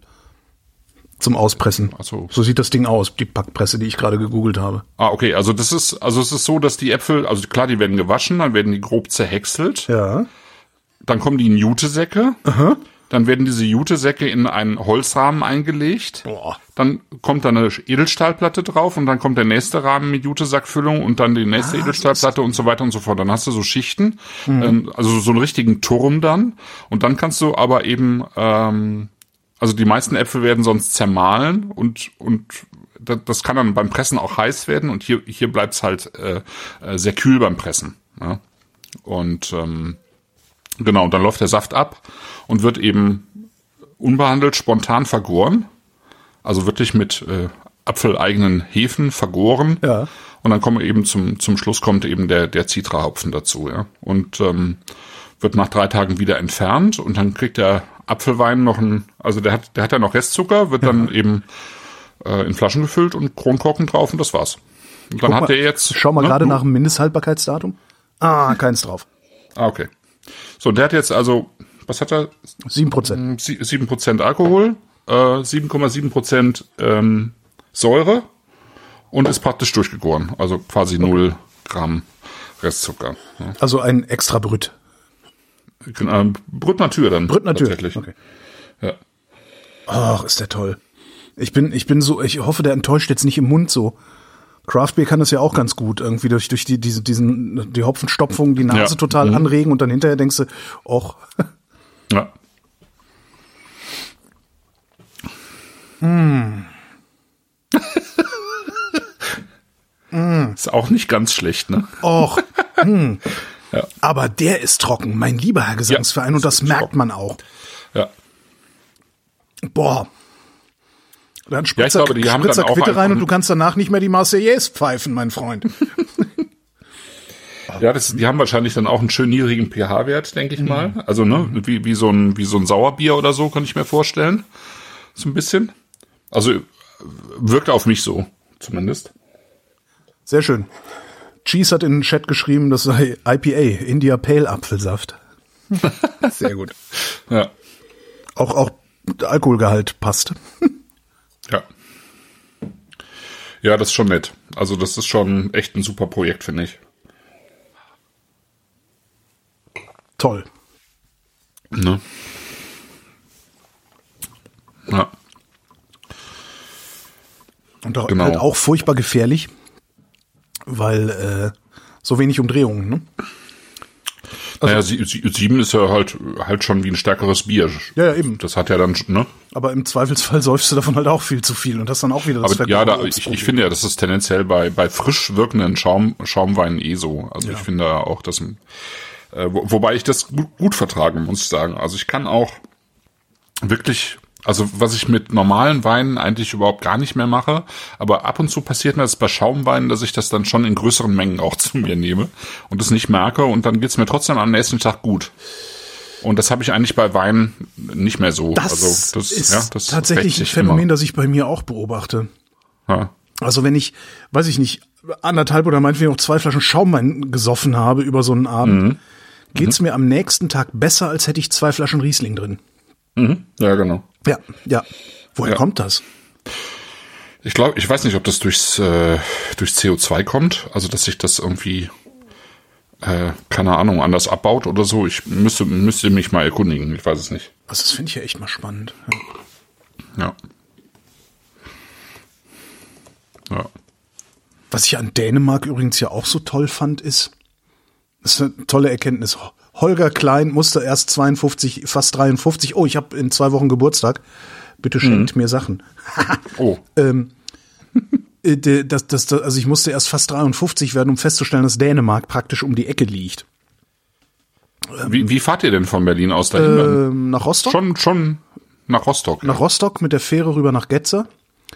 zum Auspressen. Ach so. So sieht das Ding aus, die Packpresse, die ich gerade gegoogelt habe. Ah, okay, also das ist, also es ist so, dass die Äpfel, also klar, die werden gewaschen, dann werden die grob zerhäckselt, Ja. dann kommen die in Jutesäcke, dann werden diese Jutesäcke in einen Holzrahmen eingelegt, Boah. dann kommt da eine Edelstahlplatte drauf und dann kommt der nächste Rahmen mit Jutesackfüllung und dann die nächste Ah, Edelstahlplatte und so weiter und so fort. Dann hast du so Schichten, ähm, also so einen richtigen Turm dann und dann kannst du aber eben, ähm, also die meisten Äpfel werden sonst zermahlen und und das, das kann dann beim Pressen auch heiß werden und hier hier bleibt's halt äh, äh, sehr kühl beim Pressen. Ja? Und ähm, genau, und dann läuft der Saft ab und wird eben unbehandelt spontan vergoren, also wirklich mit äh, apfeleigenen Hefen vergoren. Ja. Und dann kommen eben zum zum Schluss kommt eben der der Citra-Hopfen dazu, ja. Und ähm, wird nach drei Tagen wieder entfernt und dann kriegt der Apfelwein noch ein, also der hat, der hat ja noch Restzucker, wird dann eben äh, in Flaschen gefüllt und Kronkorken drauf und das war's. Und dann Guck hat mal, der jetzt. Schau mal ne, gerade du- nach dem Mindesthaltbarkeitsdatum. Ah, keins drauf. Ah, okay. So, der hat jetzt also, was hat er? Sieben Prozent. Sie- sieben Prozent Alkohol, äh, sieben Komma sieben Prozent ähm, Säure und ist praktisch durchgegoren. Also quasi null Gramm Restzucker. Ja. Also ein extra Brüt. Ähm, Brüt Natur dann. Brüt Natur. Tatsächlich. Okay. Ja. Ach, ist der toll. Ich bin, ich bin so, ich hoffe, der enttäuscht jetzt nicht im Mund so. Craft Beer kann das ja auch ganz gut, irgendwie durch, durch die, diese, diesen, die Hopfenstopfung, die Nase Ja. total Mhm. anregen und dann hinterher denkst du, och, Ja. Ist auch nicht ganz schlecht, ne? Och, hm. Ja. Aber der ist trocken, mein lieber Herr Gesangsverein, ja, und das merkt trocken. man auch. Ja. Boah. Dann spritzt ja, ich glaube, die haben Spritzer dann auch Quitte rein einfach- und du kannst danach nicht mehr die Marseillaise pfeifen, mein Freund. Ja, das, die haben wahrscheinlich dann auch einen schön niedrigen pH-Wert, denke ich Mhm. mal. Also, ne, wie, wie so ein, wie so ein Sauerbier oder so, kann ich mir vorstellen. So ein bisschen. Also, wirkt auf mich so, zumindest. Sehr schön. Cheese hat in den Chat geschrieben, das sei I P A, India Pale Apfelsaft. Sehr gut. Ja. Auch, auch der Alkoholgehalt passt. Ja. Ja, das ist schon nett. Also, das ist schon echt ein super Projekt, finde ich. Toll. Ne? Ja. Und auch, Genau. halt auch furchtbar gefährlich, weil äh, so wenig Umdrehungen, ne? naja, sie, sie, sieben ist ja halt, halt schon wie ein stärkeres Bier. Ja, ja, eben. Das hat ja dann, ne? Aber im Zweifelsfall säufst du davon halt auch viel zu viel und hast dann auch wieder das Aber ja, da, Verkaufsproblem. ich, ich finde ja, das ist tendenziell bei, bei frisch wirkenden Schaum, Schaumweinen eh so. Also Ja. ich finde auch, dass, äh, wo, wobei ich das gut, gut vertragen, muss ich sagen. Also ich kann auch wirklich, also was ich mit normalen Weinen eigentlich überhaupt gar nicht mehr mache, aber ab und zu passiert mir das bei Schaumweinen, dass ich das dann schon in größeren Mengen auch zu mir nehme und das nicht merke und dann geht's mir trotzdem am nächsten Tag gut. Und das habe ich eigentlich bei Wein nicht mehr so. Das, also das ist ja, das tatsächlich rächt ein sich Phänomen, immer. das ich bei mir auch beobachte. Ja. Also wenn ich, weiß ich nicht, anderthalb oder meinetwegen noch zwei Flaschen Schaumwein gesoffen habe über so einen Abend, Mhm. geht's mir am nächsten Tag besser, als hätte ich zwei Flaschen Riesling drin. Mhm. Ja, genau. Ja, ja. Woher Ja. kommt das? Ich glaube, ich weiß nicht, ob das durchs, äh, durch C O zwei kommt, also dass sich das irgendwie, äh, keine Ahnung, anders abbaut oder so. Ich müsste, müsste mich mal erkundigen, ich weiß es nicht. Also das finde ich ja echt mal spannend. Ja. Ja. Ja. Was ich an Dänemark übrigens ja auch so toll fand, ist, das ist eine tolle Erkenntnis. Holger Klein musste erst zweiundfünfzig, fast dreiundfünfzig. Oh, ich habe in zwei Wochen Geburtstag. Bitte schenkt mir Sachen. Oh. ähm, äh, de- das, das, das, also ich musste erst fast dreiundfünfzig werden, um festzustellen, dass Dänemark praktisch um die Ecke liegt. Wie, wie fahrt ihr denn von Berlin aus dahin? Ähm, nach Rostock? Schon, schon nach Rostock. Nach Rostock mit der Fähre rüber nach Getzer.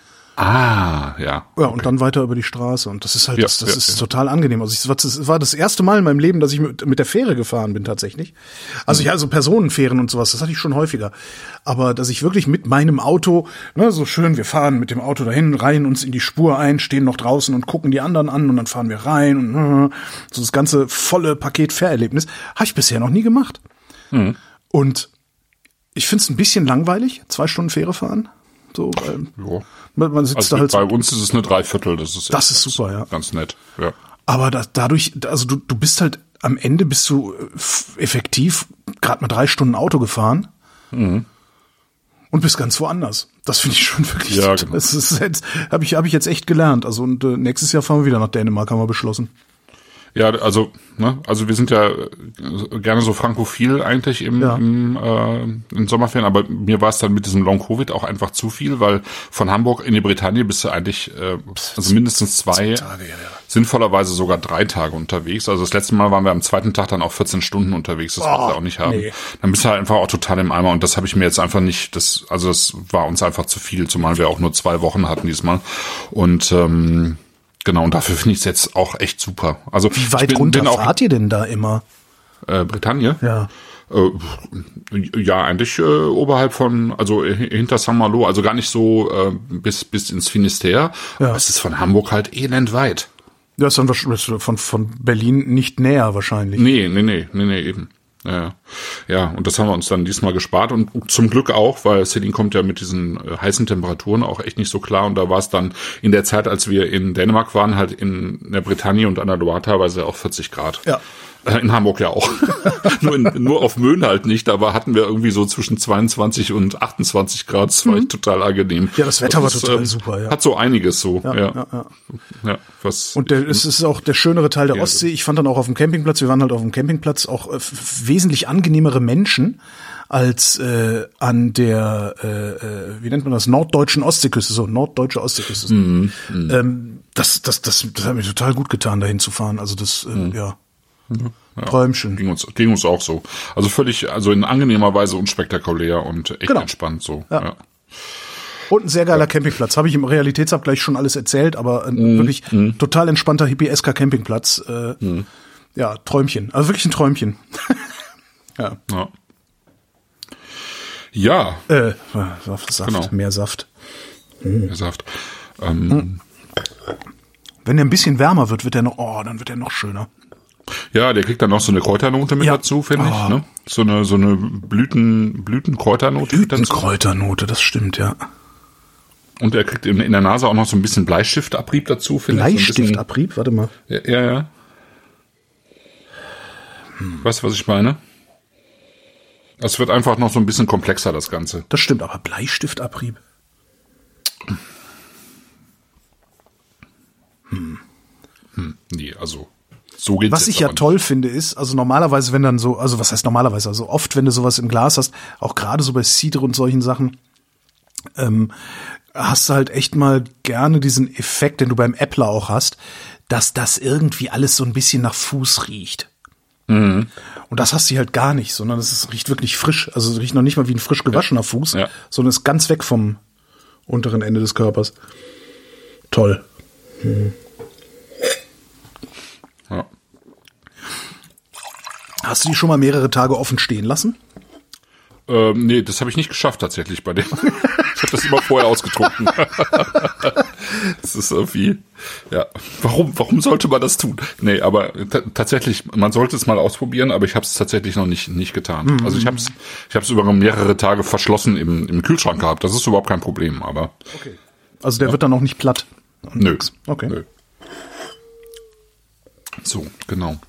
Ah, ja. Ja, und dann weiter über die Straße. Und das ist halt, Ja, das, das ja, ist ja. total angenehm. Also es war, das war das erste Mal in meinem Leben, dass ich mit, mit der Fähre gefahren bin tatsächlich. Also ja, also Personenfähren und sowas, das hatte ich schon häufiger. Aber dass ich wirklich mit meinem Auto, ne, so schön, wir fahren mit dem Auto dahin, rein uns in die Spur ein, stehen noch draußen und gucken die anderen an und dann fahren wir rein und äh, so das ganze volle Paket Fährerlebnis, habe ich bisher noch nie gemacht. Mhm. Und ich finde es ein bisschen langweilig, zwei Stunden Fähre fahren. So, weil Ja. man, man sitzt Also da halt so. bei uns ist es eine Dreiviertel, das ist, Das ist ganz, super, ja. Ganz nett, ja. Aber da, dadurch, also du, du bist halt am Ende bist du äh, f- effektiv gerade mal drei Stunden Auto gefahren Mhm. und bist ganz woanders. Das finde ich schon wirklich. Ja, das genau. ist jetzt habe ich habe ich jetzt echt gelernt. Also und äh, nächstes Jahr fahren wir wieder nach Dänemark, haben wir beschlossen. Ja, also, ne, also wir sind ja äh, gerne so frankophil eigentlich im, Ja. im äh, in Sommerferien, aber mir war es dann mit diesem Long Covid auch einfach zu viel, weil von Hamburg in die Bretagne bist du eigentlich äh, also mindestens zwei, Tage, ja, ja. sinnvollerweise sogar drei Tage unterwegs. Also das letzte Mal waren wir am zweiten Tag dann auch vierzehn Stunden unterwegs, das willst du auch nicht haben. nee. Dann bist du halt einfach auch total im Eimer und das habe ich mir jetzt einfach nicht, das also das war uns einfach zu viel, zumal wir auch nur zwei Wochen hatten diesmal und ähm, genau, und dafür finde ich es jetzt auch echt super. Also Wie weit ich bin, runter bin auch fahrt ihr denn da immer? äh, Bretagne? Ja. Äh, ja, eigentlich äh, oberhalb von, also äh, hinter Saint-Malo, also gar nicht so äh, bis bis ins Finisterre. Ja. Aber es ist von Hamburg halt elendweit. Das ist dann wahrscheinlich von von Berlin nicht näher wahrscheinlich. Nee, nee, nee, nee, nee, eben. Ja, ja, und das haben wir uns dann diesmal gespart und zum Glück auch, weil Celine kommt ja mit diesen äh, heißen Temperaturen auch echt nicht so klar und da war es dann in der Zeit, als wir in Dänemark waren, halt in der Bretagne und an der Loire teilweise auch vierzig Grad. Ja. Äh, In Hamburg ja auch. nur, in, nur auf Möhn halt nicht, aber hatten wir irgendwie so zwischen zweiundzwanzig und achtundzwanzig Grad, das war echt total angenehm. Ja, das Wetter war ist, total ähm, super, ja. Hat so einiges so, ja. ja, Ja, ja. ja was Und der, es ist auch der schönere Teil der Ja, Ostsee. Ich fand dann auch auf dem Campingplatz, wir waren halt auf dem Campingplatz, auch äh, f- wesentlich angenehmere Menschen als äh, an der, äh, äh, wie nennt man das, norddeutschen Ostseeküste, so norddeutsche Ostseeküste. Mhm, ähm, Das, das, das, das hat mir total gut getan, dahin zu fahren. Also das, äh, mhm. ja. Ja, Träumchen. Ging uns, ging uns auch so. Also völlig, also in angenehmer Weise unspektakulär und echt genau. entspannt so. Ja. Ja. Und ein sehr geiler ja. Campingplatz. Habe ich im Realitätsabgleich schon alles erzählt, aber ein mm, wirklich mm. total entspannter, hippiesker Campingplatz. Äh, mm. Ja, Träumchen. Also wirklich ein Träumchen. ja. Ja. Ja. Äh, Saft, Saft, genau. Mehr Saft. Mm. Mehr Saft. Ähm. Mm. Wenn der ein bisschen wärmer wird, wird der noch, oh, dann wird der noch schöner. Ja, der kriegt dann noch so eine Kräuternote mit ja. dazu, finde oh. ich. Ne? So eine so eine Blüten Blütenkräuternote. Blütenkräuternote, das stimmt, ja. Und er kriegt in, in der Nase auch noch so ein bisschen Bleistiftabrieb dazu, finde ich. Bleistiftabrieb? Warte mal. Ja, ja. ja. Hm. Weißt du, was ich meine? Es wird einfach noch so ein bisschen komplexer, das Ganze. Das stimmt, aber Bleistiftabrieb? Hm. Hm. Nee, also... So geht's was ich ja toll nicht. finde ist, also normalerweise, wenn dann so, also was heißt normalerweise, also oft, wenn du sowas im Glas hast, auch gerade so bei Cidre und solchen Sachen, ähm, hast du halt echt mal gerne diesen Effekt, den du beim Äppler auch hast, dass das irgendwie alles so ein bisschen nach Fuß riecht. Mhm. Und das hast du halt gar nicht, sondern es riecht wirklich frisch, also es riecht noch nicht mal wie ein frisch gewaschener ja. Fuß, ja. sondern ist ganz weg vom unteren Ende des Körpers. Toll. Mhm. Ja. Hast du die schon mal mehrere Tage offen stehen lassen? Ähm, nee, das habe ich nicht geschafft tatsächlich bei dem. Ich habe das immer vorher ausgetrunken. Das ist irgendwie, ja, warum warum sollte man das tun? Nee, aber t- tatsächlich, man sollte es mal ausprobieren, aber ich habe es tatsächlich noch nicht nicht getan. Mhm. Also ich habe es ich habe es über mehrere Tage verschlossen im im Kühlschrank gehabt. Das ist überhaupt kein Problem, aber okay. Also der ja. wird dann auch nicht platt. Nö. Okay. Nö. So, genau.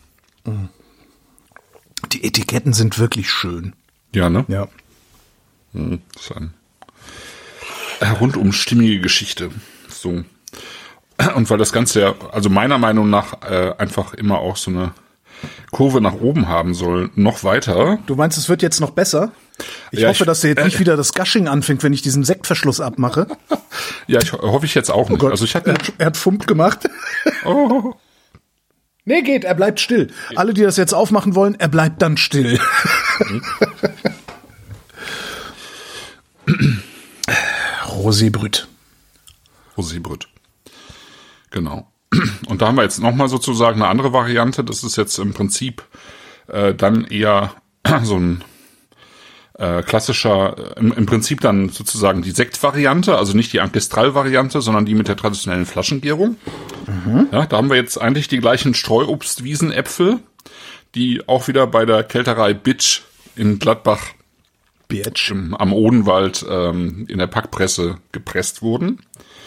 Die Etiketten sind wirklich schön. Ja, ne? Ja. Das ist eine rundum stimmige Geschichte. So. Und weil das Ganze ja, also meiner Meinung nach, äh, einfach immer auch so eine Kurve nach oben haben soll, noch weiter. Du meinst, es wird jetzt noch besser? Ich ja, hoffe, ich, dass der jetzt äh, nicht wieder das Gushing anfängt, wenn ich diesen Sektverschluss abmache. Ja, ich hoffe ich jetzt auch nicht. Oh Gott, also ich hatte, er, hat, er hat Fump gemacht. Oh. Nee, geht, er bleibt still. Alle, die das jetzt aufmachen wollen, er bleibt dann still. Rosé Brut. Rosé Brut. Genau. Und da haben wir jetzt nochmal sozusagen eine andere Variante. Das ist jetzt im Prinzip äh, dann eher so ein äh, klassischer, im, im Prinzip dann sozusagen die Sekt-Variante, also nicht die Ancestral-Variante, sondern die mit der traditionellen Flaschengärung. Mhm. Ja, da haben wir jetzt eigentlich die gleichen Streuobstwiesenäpfel, die auch wieder bei der Kelterei Bitsch in Gladbach Bitch. Im, am Odenwald ähm, in der Packpresse gepresst wurden.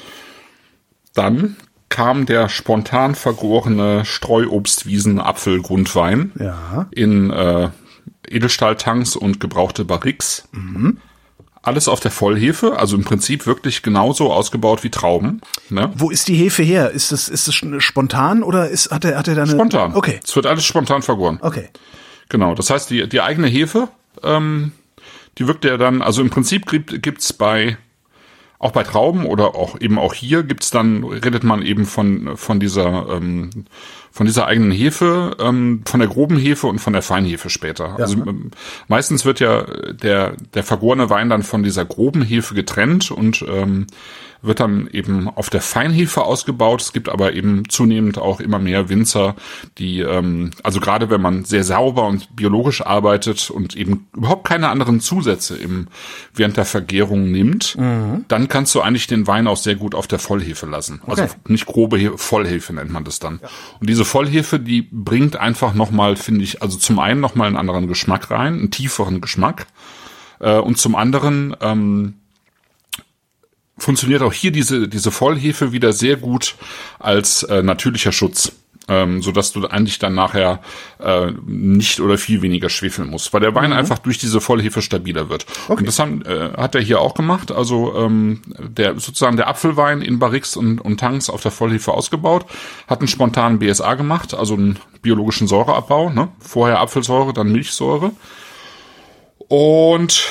Dann kam der spontan vergorene Streuobstwiesen-Apfelgrundwein ja. in äh, Edelstahltanks und gebrauchte Barriques. Mhm. Alles auf der Vollhefe, also im Prinzip wirklich genauso ausgebaut wie Trauben. Ne? Wo ist die Hefe her? Ist das, ist das spontan oder ist, hat er, hat er da eine... Spontan. Okay. Es wird alles spontan vergoren. Okay. Genau, das heißt, die, die eigene Hefe, ähm, die wirkt ja dann, also im Prinzip gibt, gibt's bei, auch bei Trauben oder auch eben auch hier gibt's dann, redet man eben von, von dieser, ähm, von dieser eigenen Hefe, ähm, von der groben Hefe und von der Feinhefe später. Ja. Also ähm, meistens wird ja der, der vergorene Wein dann von dieser groben Hefe getrennt und, ähm, wird dann eben auf der Feinhefe ausgebaut. Es gibt aber eben zunehmend auch immer mehr Winzer, die, ähm, also gerade wenn man sehr sauber und biologisch arbeitet und eben überhaupt keine anderen Zusätze im, während der Vergärung nimmt, mhm. dann kannst du eigentlich den Wein auch sehr gut auf der Vollhefe lassen. Okay. Also nicht grobe Hefe, Vollhefe nennt man das dann. Ja. Und diese Vollhefe, die bringt einfach nochmal, finde ich, also zum einen nochmal einen anderen Geschmack rein, einen tieferen Geschmack, äh, und zum anderen, ähm, funktioniert auch hier diese diese Vollhefe wieder sehr gut als äh, natürlicher Schutz, ähm, so dass du eigentlich dann nachher äh, nicht oder viel weniger schwefeln musst, weil der Wein mhm. einfach durch diese Vollhefe stabiler wird. Okay. Und das haben, äh, hat er hier auch gemacht. Also ähm, der sozusagen der Apfelwein in Barriques und, und Tanks auf der Vollhefe ausgebaut, hat einen spontanen B S A gemacht, also einen biologischen Säureabbau. Ne? Vorher Apfelsäure, dann Milchsäure. Und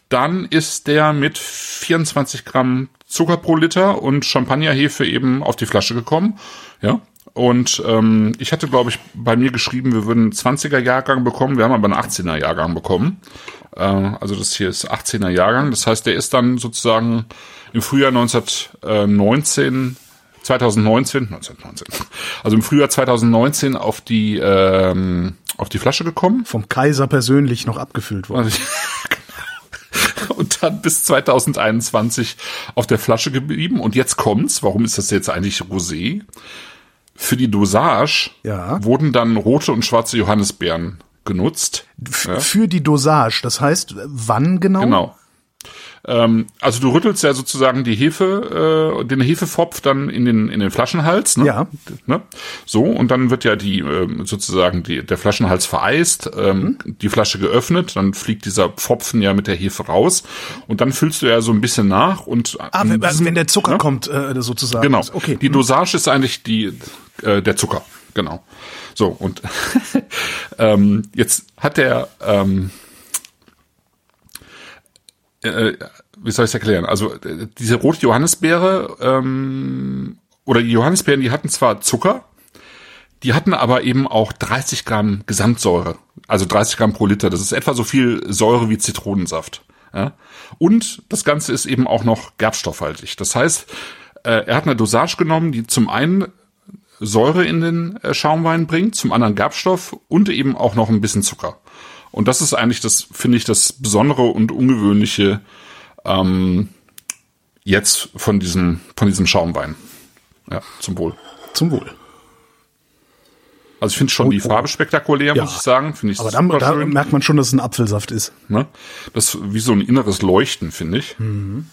dann ist der mit vierundzwanzig Gramm Zucker pro Liter und Champagnerhefe eben auf die Flasche gekommen. Ja. Und ähm, ich hatte, glaube ich, bei mir geschrieben, wir würden einen zwanziger Jahrgang bekommen. Wir haben aber einen achtzehner Jahrgang bekommen. Äh, also das hier ist achtzehner Jahrgang. Das heißt, der ist dann sozusagen im Frühjahr neunzehnhundertneunzehn, zweitausendneunzehn, neunzehnhundertneunzehn, also im Frühjahr zweitausendneunzehn auf die ähm, auf die Flasche gekommen. Vom Kaiser persönlich noch abgefüllt worden. Und dann bis zweitausendeinundzwanzig auf der Flasche geblieben. Und jetzt kommt's. Warum ist das jetzt eigentlich Rosé? Für die Dosage ja. wurden dann rote und schwarze Johannisbeeren genutzt. F- ja. Für die Dosage, das heißt, wann genau? Genau. Ähm, also du rüttelst ja sozusagen die Hefe, äh, den Hefepfropf dann in den in den Flaschenhals, ne? Ja. Ne? So, und dann wird ja die äh, sozusagen die der Flaschenhals vereist, ähm, mhm. die Flasche geöffnet, dann fliegt dieser Pfropfen ja mit der Hefe raus und dann füllst du ja so ein bisschen nach und ah, wenn, diesem, wenn der Zucker ne? kommt, äh, sozusagen. Genau. Okay. Die Dosage ist eigentlich die äh, der Zucker, genau. So, und ähm, jetzt hat der ähm, Äh, wie soll ich es erklären? Also äh, diese rote Johannisbeere ähm, oder die Johannisbeeren, die hatten zwar Zucker, die hatten aber eben auch dreißig Gramm Gesamtsäure, also dreißig Gramm pro Liter. Das ist etwa so viel Säure wie Zitronensaft. Ja? Und das Ganze ist eben auch noch gerbstoffhaltig. Das heißt, äh, er hat eine Dosage genommen, die zum einen Säure in den äh, Schaumwein bringt, zum anderen Gerbstoff und eben auch noch ein bisschen Zucker. Und das ist eigentlich das, finde ich, das Besondere und Ungewöhnliche ähm, jetzt von diesem, von diesem Schaumwein. Ja, zum Wohl. Zum Wohl. Also ich finde schon oh, die Farbe spektakulär, ja. muss ich sagen. Finde ich aber dann, da merkt man schon, dass es ein Apfelsaft ist. Ne? Das ist wie so ein inneres Leuchten, finde ich. Mhm.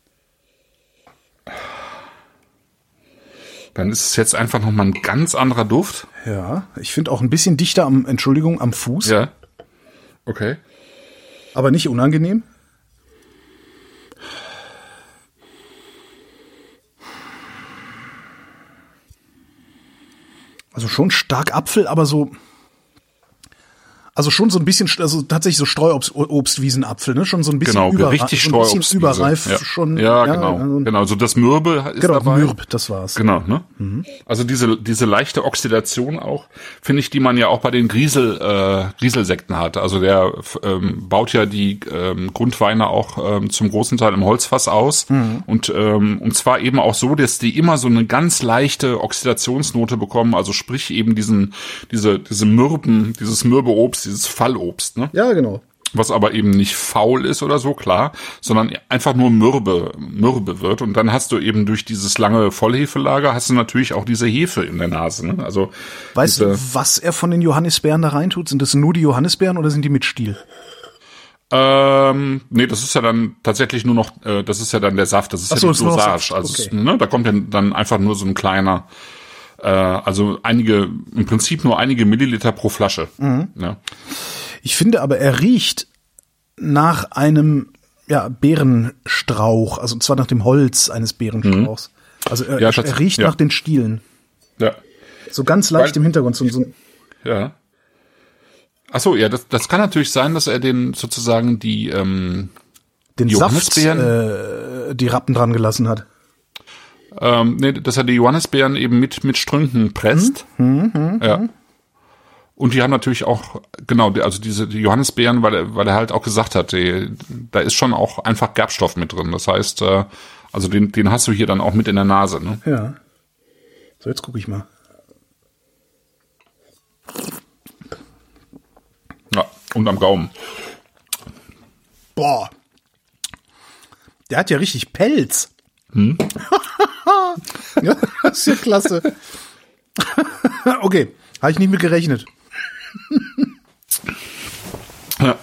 Dann ist es jetzt einfach nochmal ein ganz anderer Duft. Ja, ich finde auch ein bisschen dichter am, Entschuldigung, am Fuß. Ja. Okay. Aber nicht unangenehm? Also schon stark Apfel, aber so, also schon so ein bisschen, also tatsächlich so Streuobstwiesenapfel, ne? Schon so ein bisschen genau, überreif, richtig so ein bisschen überreif ja. schon. Ja, ja, genau, also, genau. So das Mürbe ist genau, dabei. Mürb, das war's. Genau, ne? Mhm. Also diese diese leichte Oxidation auch, finde ich, die man ja auch bei den Griesel äh, Grieselsekten hat. Also der ähm, baut ja die ähm, Grundweine auch ähm, zum großen Teil im Holzfass aus mhm. und ähm, und zwar eben auch so, dass die immer so eine ganz leichte Oxidationsnote bekommen. Also sprich eben diesen diese diese Mürben, dieses Mürbeobst, dieses Fallobst. Ne? Ja, genau. Was aber eben nicht faul ist oder so, klar, sondern einfach nur mürbe, mürbe wird. Und dann hast du eben durch dieses lange Vollhefelager hast du natürlich auch diese Hefe in der Nase. Ne? Also weißt du, was er von den Johannisbeeren da reintut? Sind das nur die Johannisbeeren oder sind die mit Stiel? Ähm, nee, das ist ja dann tatsächlich nur noch, äh, das ist ja dann der Saft, das ist Ach ja so, die Dosage. Also okay. es, ne, da kommt dann, dann einfach nur so ein kleiner, äh, also einige, im Prinzip nur einige Milliliter pro Flasche. Mhm. Ja. Ich finde aber, er riecht nach einem ja, Beerenstrauch, also zwar nach dem Holz eines Beerenstrauchs. Mhm. Also er, ja, er riecht ja. nach den Stielen. Ja. So ganz leicht Weil, im Hintergrund. So, so ja. Ach so, ja, das, das kann natürlich sein, dass er den sozusagen die ähm, den Saft, Johannisbeeren, äh, die Rappen dran gelassen hat. Ähm, nee, dass er die Johannisbeeren eben mit mit Strünken presst. Hm, hm, hm, ja. Und die haben natürlich auch, genau, also diese die Johannisbeeren, weil er, weil er halt auch gesagt hat, die, da ist schon auch einfach Gerbstoff mit drin. Das heißt, äh, also den, den hast du hier dann auch mit in der Nase, ne? Ja. So, jetzt gucke ich mal. Ja, und am Gaumen. Boah. Der hat ja richtig Pelz. Hm? Ja, das ist ja klasse. Okay, habe ich nicht mit gerechnet. Ja.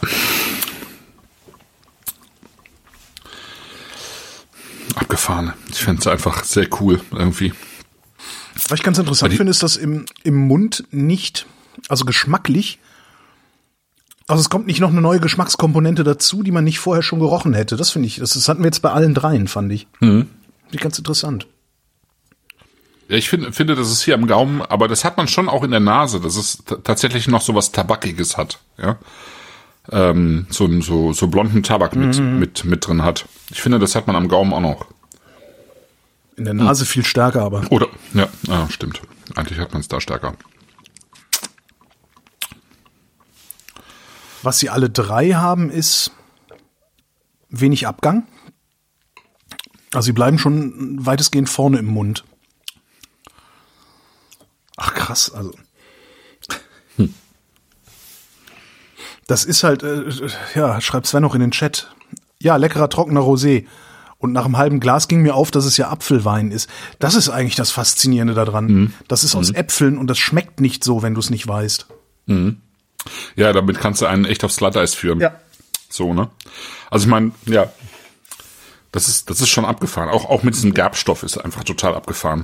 Abgefahren. Ich finde es einfach sehr cool irgendwie. Was ich ganz interessant finde, ist, dass im, im Mund nicht, also geschmacklich, also es kommt nicht noch eine neue Geschmackskomponente dazu, die man nicht vorher schon gerochen hätte. Das finde ich, das, das hatten wir jetzt bei allen dreien, fand ich. Mhm. Finde ich ganz interessant. Ja, ich finde, finde, das ist hier am Gaumen, aber das hat man schon auch in der Nase, dass es t- tatsächlich noch so was Tabakiges hat, ja. ähm, so, so, so blonden Tabak mit, mhm. mit, mit drin hat. Ich finde, das hat man am Gaumen auch noch. In der Nase hm. viel stärker, aber. Oder, ja, ja, stimmt. Eigentlich hat man es da stärker. Was sie alle drei haben, ist wenig Abgang. Also sie bleiben schon weitestgehend vorne im Mund. Ach krass, also. Hm. Das ist halt, äh, ja, schreibt Sven noch in den Chat. Ja, leckerer, trockener Rosé. Und nach einem halben Glas ging mir auf, dass es ja Apfelwein ist. Das ist eigentlich das Faszinierende daran. Mhm. Das ist aus mhm. Äpfeln und das schmeckt nicht so, wenn du es nicht weißt. Mhm. Ja, damit kannst du einen echt aufs Glatteis führen. Ja. So, ne? Also ich meine, ja, das ist, das ist schon abgefahren. Auch, auch mit diesem Gerbstoff ist einfach total abgefahren.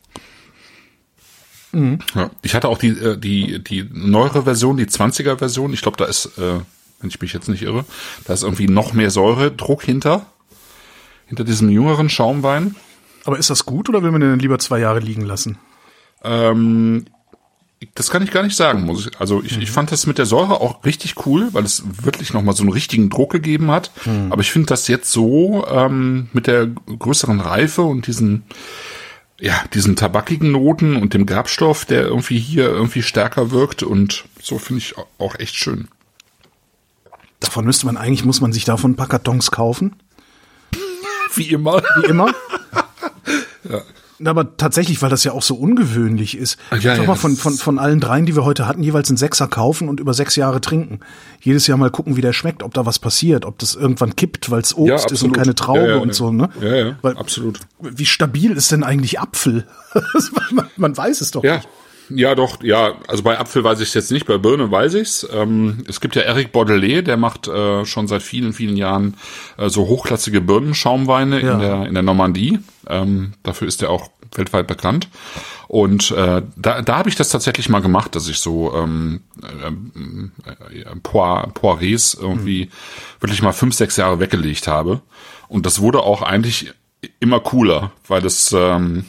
Mhm. Ja. Ich hatte auch die, die, die neuere Version, die zwanziger Version. Ich glaube, da ist, äh, wenn ich mich jetzt nicht irre, da ist irgendwie noch mehr Säuredruck hinter. Hinter diesem jüngeren Schaumwein. Aber ist das gut oder will man den lieber zwei Jahre liegen lassen? Ähm, das kann ich gar nicht sagen. Muss ich. Also ich, mhm. ich fand das mit der Säure auch richtig cool, weil es wirklich nochmal so einen richtigen Druck gegeben hat. Mhm. Aber ich finde das jetzt so ähm, mit der größeren Reife und diesen, ja, diesen tabakigen Noten und dem Gerbstoff, der irgendwie hier irgendwie stärker wirkt und so finde ich auch echt schön. Davon müsste man eigentlich, muss man sich davon ein paar Kartons kaufen. Wie immer. Wie immer. Ja. Aber tatsächlich, weil das ja auch so ungewöhnlich ist. Ja, Doch ja, mal von, von, von allen dreien, die wir heute hatten, jeweils einen Sechser kaufen und über sechs Jahre trinken. Jedes Jahr mal gucken, wie der schmeckt, ob da was passiert, ob das irgendwann kippt, weil es Obst ja, ist und keine Traube ja, ja, und ja. so. Ne? Ja, ja, weil, absolut. Wie stabil ist denn eigentlich Apfel? man, man weiß es doch ja. nicht. Ja, doch, ja, also bei Apfel weiß ich es jetzt nicht, bei Birne weiß ich's. Ähm, es gibt ja Eric Bordelais, der macht äh, schon seit vielen, vielen Jahren äh, so hochklassige Birnenschaumweine ja. in der in der Normandie. Ähm, dafür ist er auch weltweit bekannt. Und äh, da, da habe ich das tatsächlich mal gemacht, dass ich so ähm, äh, äh, Poirés irgendwie mhm. wirklich mal fünf, sechs Jahre weggelegt habe. Und das wurde auch eigentlich immer cooler, weil das ähm,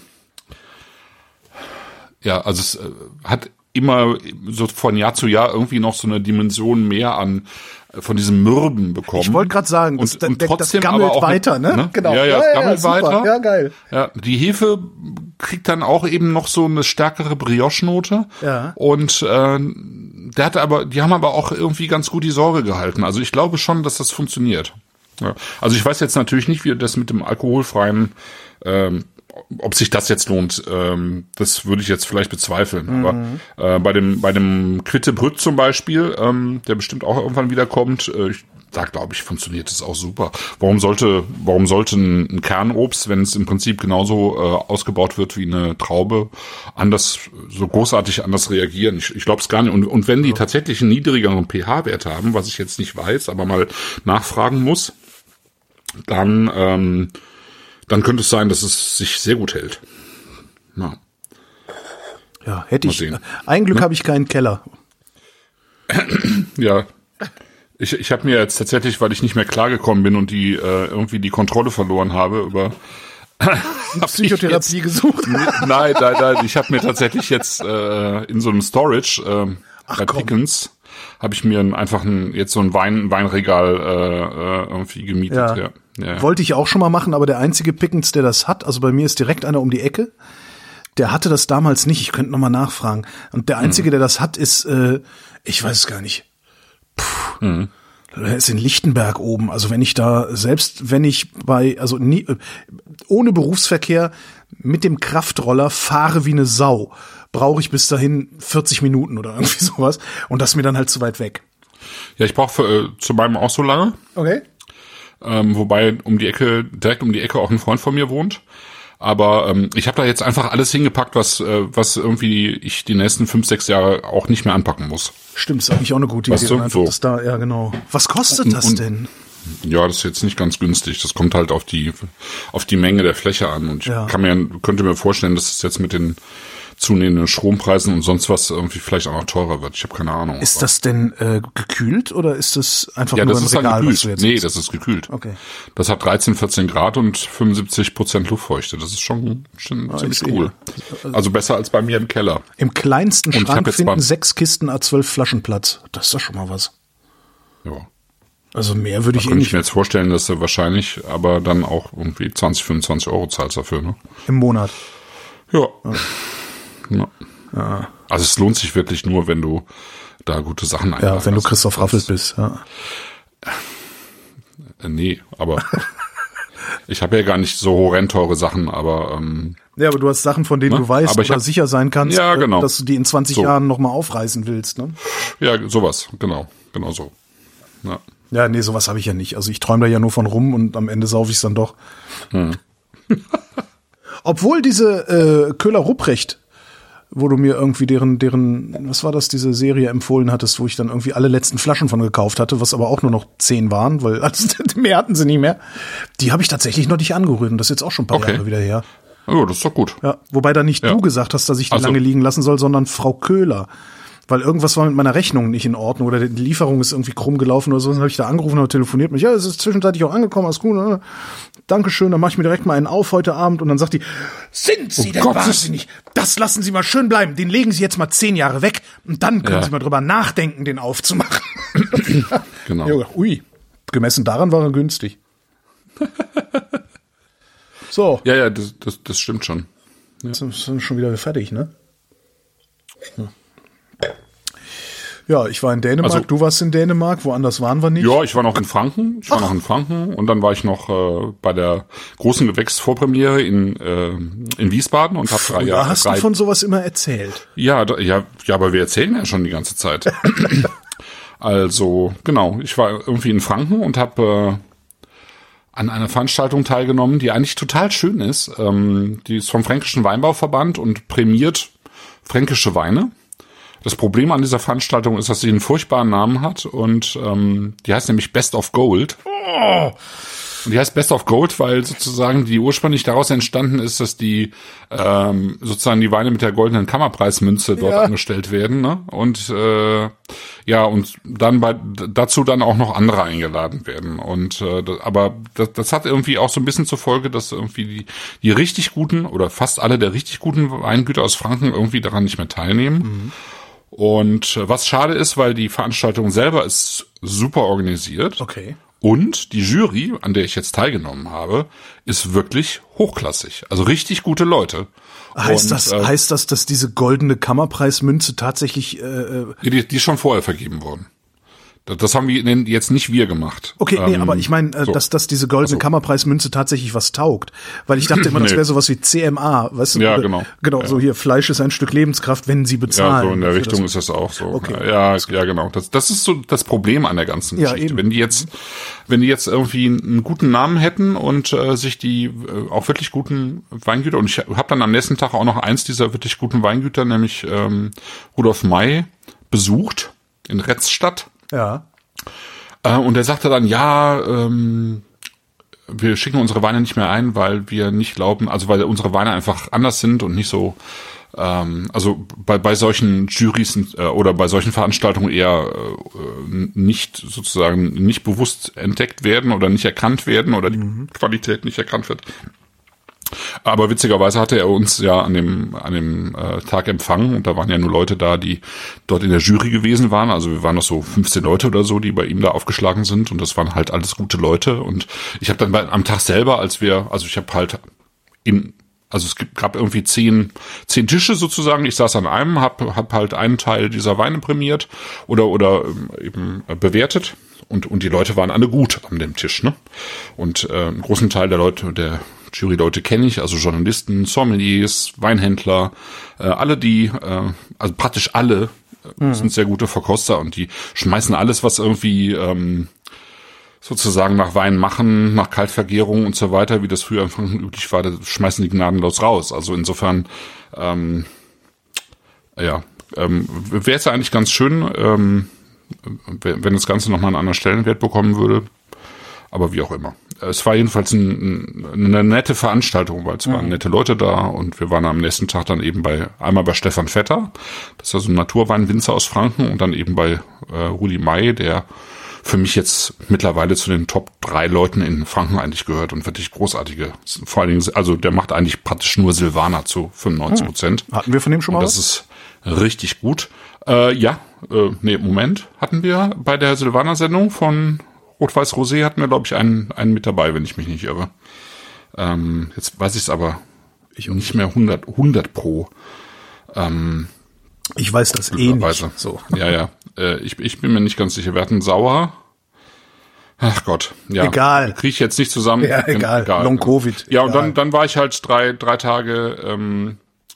ja, also es äh, hat immer so von Jahr zu Jahr irgendwie noch so eine Dimension mehr an äh, von diesem Mürben bekommen. Ich wollte gerade sagen, das, und, und trotzdem das gammelt aber auch weiter, ne? ne? Genau. Ja, ja, ja, es gammelt ja, weiter. Ja, geil. Ja, die Hefe kriegt dann auch eben noch so eine stärkere Brioche-Note. Ja. Und äh, der hat aber, die haben aber auch irgendwie ganz gut die Säure gehalten. Also ich glaube schon, dass das funktioniert. Ja. Also ich weiß jetzt natürlich nicht, wie das mit dem alkoholfreien ähm, ob sich das jetzt lohnt, ähm, das würde ich jetzt vielleicht bezweifeln. Mhm. Aber äh, bei dem bei dem Quitte Brüt zum Beispiel, ähm, der bestimmt auch irgendwann wiederkommt, äh, ich, da glaube ich, funktioniert das auch super. Warum sollte warum sollte ein, ein Kernobst, wenn es im Prinzip genauso äh, ausgebaut wird wie eine Traube, anders so großartig anders reagieren? Ich, ich glaube es gar nicht. Und, und wenn die tatsächlich einen niedrigeren pH-Wert haben, was ich jetzt nicht weiß, aber mal nachfragen muss, dann ähm, dann könnte es sein, dass es sich sehr gut hält. Ja, ja hätte ich. Ein Glück ne? habe ich keinen Keller. Ja, ich, ich habe mir jetzt tatsächlich, weil ich nicht mehr klargekommen bin und die äh, irgendwie die Kontrolle verloren habe über Psychotherapie jetzt, gesucht. Nein, nein, nein. Ich habe mir tatsächlich jetzt äh, in so einem Storage äh, Ach, bei komm. Pickens habe ich mir einfach ein, jetzt so ein Wein, Weinregal äh, irgendwie gemietet. Ja. Ja. Ja. Wollte ich auch schon mal machen, aber der einzige Pickens, der das hat, also bei mir ist direkt einer um die Ecke, der hatte das damals nicht. Ich könnte noch mal nachfragen. Und der einzige, mhm. der das hat, ist, äh, ich weiß es gar nicht. Puh. Mhm. Der ist in Lichtenberg oben. Also wenn ich da, selbst wenn ich bei, also nie, ohne Berufsverkehr mit dem Kraftroller fahre wie eine Sau, brauche ich bis dahin vierzig Minuten oder irgendwie sowas. Und das ist mir dann halt zu weit weg. Ja, ich brauche äh, zu meinem auch so lange. Okay. Ähm, wobei um die Ecke, direkt um die Ecke auch ein Freund von mir wohnt. Aber ähm, ich habe da jetzt einfach alles hingepackt, was äh, was irgendwie ich die nächsten fünf, sechs Jahre auch nicht mehr anpacken muss. Stimmt, ist eigentlich auch eine gute weißt Idee. Du? So. Das da, ja, genau. Was kostet und, das und, denn? Ja, das ist jetzt nicht ganz günstig. Das kommt halt auf die auf die Menge der Fläche an. Und ich ja. kann mir könnte mir vorstellen, dass es jetzt mit den zunehmenden Strompreisen und sonst was irgendwie vielleicht auch noch teurer wird. Ich habe keine Ahnung. Ist das denn äh, gekühlt oder ist das einfach ja, nur das ein ist Regal? Halt gekühlt. Was du jetzt nee, hast? das ist gekühlt. Okay. Das hat dreizehn, vierzehn Grad und fünfundsiebzig Prozent Luftfeuchte. Das ist schon, schon ah, ziemlich cool. Also besser als bei mir im Keller. Im kleinsten und Schrank finden sechs Kisten A zwölf Flaschen Platz. Das ist doch schon mal was. Ja. Also mehr würde ich da eh könnte nicht. ich mir jetzt vorstellen, dass du wahrscheinlich aber dann auch irgendwie zwanzig, fünfundzwanzig Euro zahlst dafür, ne? Im Monat. Ja. ja. ja. Also es lohnt sich wirklich nur, wenn du da gute Sachen einladen. Ja, wenn du Christoph Raffelt bist, ja. Äh, nee, aber ich habe ja gar nicht so horrend teure Sachen, aber ähm, ja, aber du hast Sachen, von denen ne? du weißt aber ich oder hab, sicher sein kannst, ja, genau. dass du die in zwanzig so. Jahren nochmal aufreißen willst, ne? Ja, sowas, genau, genau so. Ja. Ja, nee, sowas habe ich ja nicht. Also ich träume da ja nur von rum und am Ende saufe ich es dann doch. Hm. Obwohl diese äh, Köhler-Rupprecht, wo du mir irgendwie deren, deren, was war das, diese Serie empfohlen hattest, wo ich dann irgendwie alle letzten Flaschen von gekauft hatte, was aber auch nur noch zehn waren, weil also, mehr hatten sie nicht mehr. Die habe ich tatsächlich noch nicht angerührt und das ist jetzt auch schon ein paar okay. Jahre wieder her. Oh, das ist doch gut. Ja, wobei da nicht ja. du gesagt hast, dass ich die also. lange liegen lassen soll, sondern Frau Köhler. Weil irgendwas war mit meiner Rechnung nicht in Ordnung oder die Lieferung ist irgendwie krumm gelaufen oder so. Dann habe ich da angerufen und telefoniert mich. Ja, es ist zwischenzeitlich auch angekommen, alles gut. Ne? Dankeschön, dann mache ich mir direkt mal einen auf heute Abend. Und dann sagt die, sind Sie oh denn Gott, wahnsinnig? Das lassen Sie mal schön bleiben. Den legen Sie jetzt mal zehn Jahre weg und dann können ja. Sie mal drüber nachdenken, den aufzumachen. Genau. Ja, ui, gemessen daran war er günstig. So. Ja, ja, das, das, das stimmt schon. Ja. Jetzt sind wir schon wieder fertig, ne? Hm. Ja, ich war in Dänemark, also, du warst in Dänemark, woanders waren wir nicht. Ja, ich war noch in Franken, ich war Ach. noch in Franken und dann war ich noch äh, bei der großen Gewächsvorpremiere in äh, in Wiesbaden und habe drei Jahre. hast drei, du von sowas immer erzählt? Ja, da, ja, ja, aber wir erzählen ja schon die ganze Zeit. Also, genau, ich war irgendwie in Franken und habe äh, an einer Veranstaltung teilgenommen, die eigentlich total schön ist. Ähm, die ist vom Fränkischen Weinbauverband und prämiert fränkische Weine. Das Problem an dieser Veranstaltung ist, dass sie einen furchtbaren Namen hat und ähm, die heißt nämlich Best of Gold. Oh. Und die heißt Best of Gold, weil sozusagen die ursprünglich daraus entstanden ist, dass die ähm, sozusagen die Weine mit der goldenen Kammerpreismünze dort ja. angestellt werden, ne? Und äh, ja und dann bei dazu dann auch noch andere eingeladen werden. Und äh, aber das, das hat irgendwie auch so ein bisschen zur Folge, dass irgendwie die die richtig guten oder fast alle der richtig guten Weingüter aus Franken irgendwie daran nicht mehr teilnehmen. Mhm. Und was schade ist, weil die Veranstaltung selber ist super organisiert. Okay. Und die Jury, an der ich jetzt teilgenommen habe, ist wirklich hochklassig. Also richtig gute Leute. Heißt und, das, äh, heißt das, dass diese goldene Kammerpreismünze tatsächlich äh, die, die ist schon vorher vergeben worden. Das haben wir jetzt nicht wir gemacht. Okay, nee, ähm, aber ich meine, äh, so. dass, dass diese goldene so. Kammerpreismünze tatsächlich was taugt. Weil ich dachte immer, das nee. wäre sowas wie C M A, weißt du? Ja, oder, genau. Genau, ja. so hier, Fleisch ist ein Stück Lebenskraft, wenn sie bezahlen. Ja, so in der Richtung ist das auch so. Okay. Ja, ja, genau. Das, das ist so das Problem an der ganzen ja, Geschichte. Eben. Wenn die jetzt, wenn die jetzt irgendwie einen guten Namen hätten und äh, sich die äh, auch wirklich guten Weingüter, und ich habe dann am nächsten Tag auch noch eins dieser wirklich guten Weingüter, nämlich ähm, Rudolf May, besucht in Retzstadt. Ja. Und er sagte dann, ja, ähm, wir schicken unsere Weine nicht mehr ein, weil wir nicht glauben, also weil unsere Weine einfach anders sind und nicht so, ähm, also bei bei solchen Jurys äh, oder bei solchen Veranstaltungen eher äh, nicht sozusagen nicht bewusst entdeckt werden oder nicht erkannt werden oder die mhm. Qualität nicht erkannt wird. Aber witzigerweise hatte er uns ja an dem an dem äh, Tag empfangen und da waren ja nur Leute da, die dort in der Jury gewesen waren. Also wir waren noch so fünfzehn Leute oder so, die bei ihm da aufgeschlagen sind und das waren halt alles gute Leute. Und ich habe dann bei, am Tag selber, als wir, also ich habe halt in, also es gibt, gab irgendwie zehn zehn Tische sozusagen. Ich saß an einem, habe hab halt einen Teil dieser Weine prämiert oder oder eben bewertet. Und, und die Leute waren alle gut an dem Tisch, ne? Und äh, einen großen Teil der Leute, der Jury-Leute kenne ich, also Journalisten, Sommeliers, Weinhändler, äh, alle die, äh, also praktisch alle äh, mhm. sind sehr gute Verkoster und die schmeißen alles, was irgendwie ähm, sozusagen nach Wein machen, nach Kaltvergärung und so weiter, wie das früher in Franken üblich war, das schmeißen die gnadenlos raus. Also insofern, ähm, ja, ähm, wäre es ja eigentlich ganz schön, ähm, wenn das Ganze nochmal einen anderen Stellenwert bekommen würde. Aber wie auch immer. Es war jedenfalls ein, eine nette Veranstaltung, weil es mhm. waren nette Leute da und wir waren am nächsten Tag dann eben bei, einmal bei Stefan Vetter, das ist ja so ein Naturweinwinzer aus Franken, und dann eben bei äh, Rudi May, der für mich jetzt mittlerweile zu den Top drei Leuten in Franken eigentlich gehört und wirklich großartige, vor allen Dingen, also der macht eigentlich praktisch nur Silvaner zu fünfundneunzig Prozent. Hm. Hatten wir von dem schon mal und das was? ist richtig gut. Äh, ja, äh, nee, Moment, hatten wir bei der Silvaner-Sendung von Rot-Weiß Rosé hatten wir, glaube ich, einen, einen mit dabei, wenn ich mich nicht irre. Ähm, jetzt weiß ich es aber ich nicht mehr hundert, hundert pro. Ähm, ich weiß das eh nicht. So. Ja, ja. Äh, ich, ich bin mir nicht ganz sicher. Wir hatten Sauer. Ach Gott, ja. Egal. Kriege ich jetzt nicht zusammen. Ja, egal. egal. Long Covid. Ja, egal. und dann, dann war ich halt drei, drei Tage, ähm,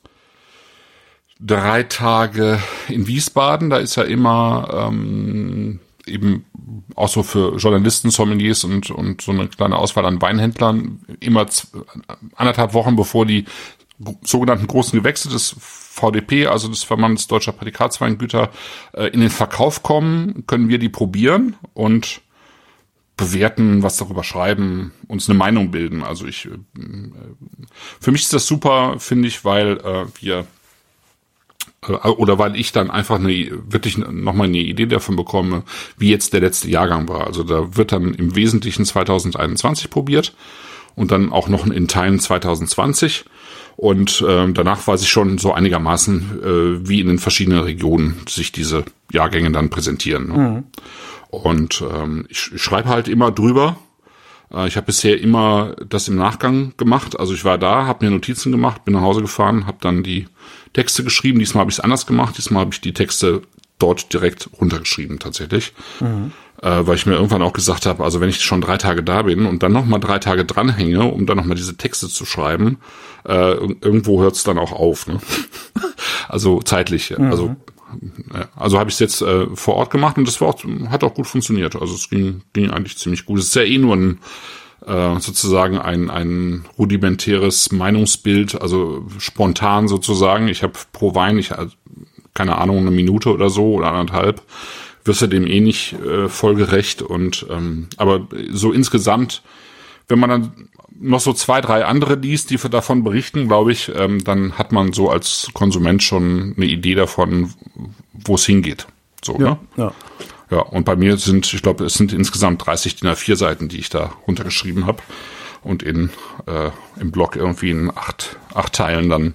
drei Tage in Wiesbaden. Da ist ja immer, ähm, eben auch so für Journalisten, Sommeliers und, und so eine kleine Auswahl an Weinhändlern immer z- anderthalb Wochen bevor die sogenannten großen Gewächse des V D P, also des Verbandes Deutscher Prädikatsweingüter, äh, in den Verkauf kommen, können wir die probieren und bewerten, was darüber schreiben, uns eine Meinung bilden. Also ich, äh, für mich ist das super, finde ich, weil äh, wir äh, oder weil ich dann einfach eine wirklich nochmal eine Idee davon bekomme, wie jetzt der letzte Jahrgang war. Also da wird dann im Wesentlichen zwanzig einundzwanzig probiert und dann auch noch in Teilen zwanzig zwanzig. Und äh, danach weiß ich schon so einigermaßen, äh, wie in den verschiedenen Regionen sich diese Jahrgänge dann präsentieren. Ne? Mhm. Und ähm, ich, ich schreibe halt immer drüber. Äh, ich habe bisher immer das im Nachgang gemacht. Also ich war da, habe mir Notizen gemacht, bin nach Hause gefahren, habe dann die Texte geschrieben. Diesmal habe ich es anders gemacht. Diesmal habe ich die Texte dort direkt runtergeschrieben tatsächlich. Mhm. Äh, weil ich mir irgendwann auch gesagt habe, also wenn ich schon drei Tage da bin und dann nochmal drei Tage dranhänge, um dann nochmal diese Texte zu schreiben, äh, irgendwo hört es dann auch auf. Ne? Also zeitlich. Mhm. Also Also habe ich es jetzt äh, vor Ort gemacht und das war auch, hat auch gut funktioniert. Also es ging, ging eigentlich ziemlich gut. Es ist ja eh nur ein äh, sozusagen ein, ein rudimentäres Meinungsbild, also spontan sozusagen. Ich habe pro Wein, ich keine Ahnung, eine Minute oder so oder anderthalb, wirst du dem eh nicht äh, folgerecht. Und ähm, aber so insgesamt, wenn man dann noch so zwei, drei andere liest, die davon berichten, glaube ich, ähm, dann hat man so als Konsument schon eine Idee davon, wo es hingeht. So, ja, ne? Ja. Ja, und bei mir sind, ich glaube, es sind insgesamt dreißig D I N A vier Seiten, die ich da runtergeschrieben habe und in äh, im Blog irgendwie in acht, acht Teilen dann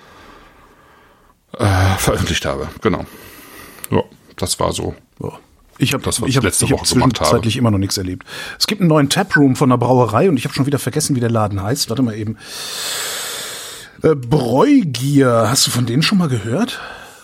äh, veröffentlicht habe. Genau. Ja, das war so. Ja. Ich habe das, was ich hab, letzte ich Woche hab gemacht habe. Zwischenzeitlich immer noch nichts erlebt. Es gibt einen neuen Taproom von einer Brauerei und ich habe schon wieder vergessen, wie der Laden heißt. Warte mal eben. Äh, Bräugier. Hast du von denen schon mal gehört?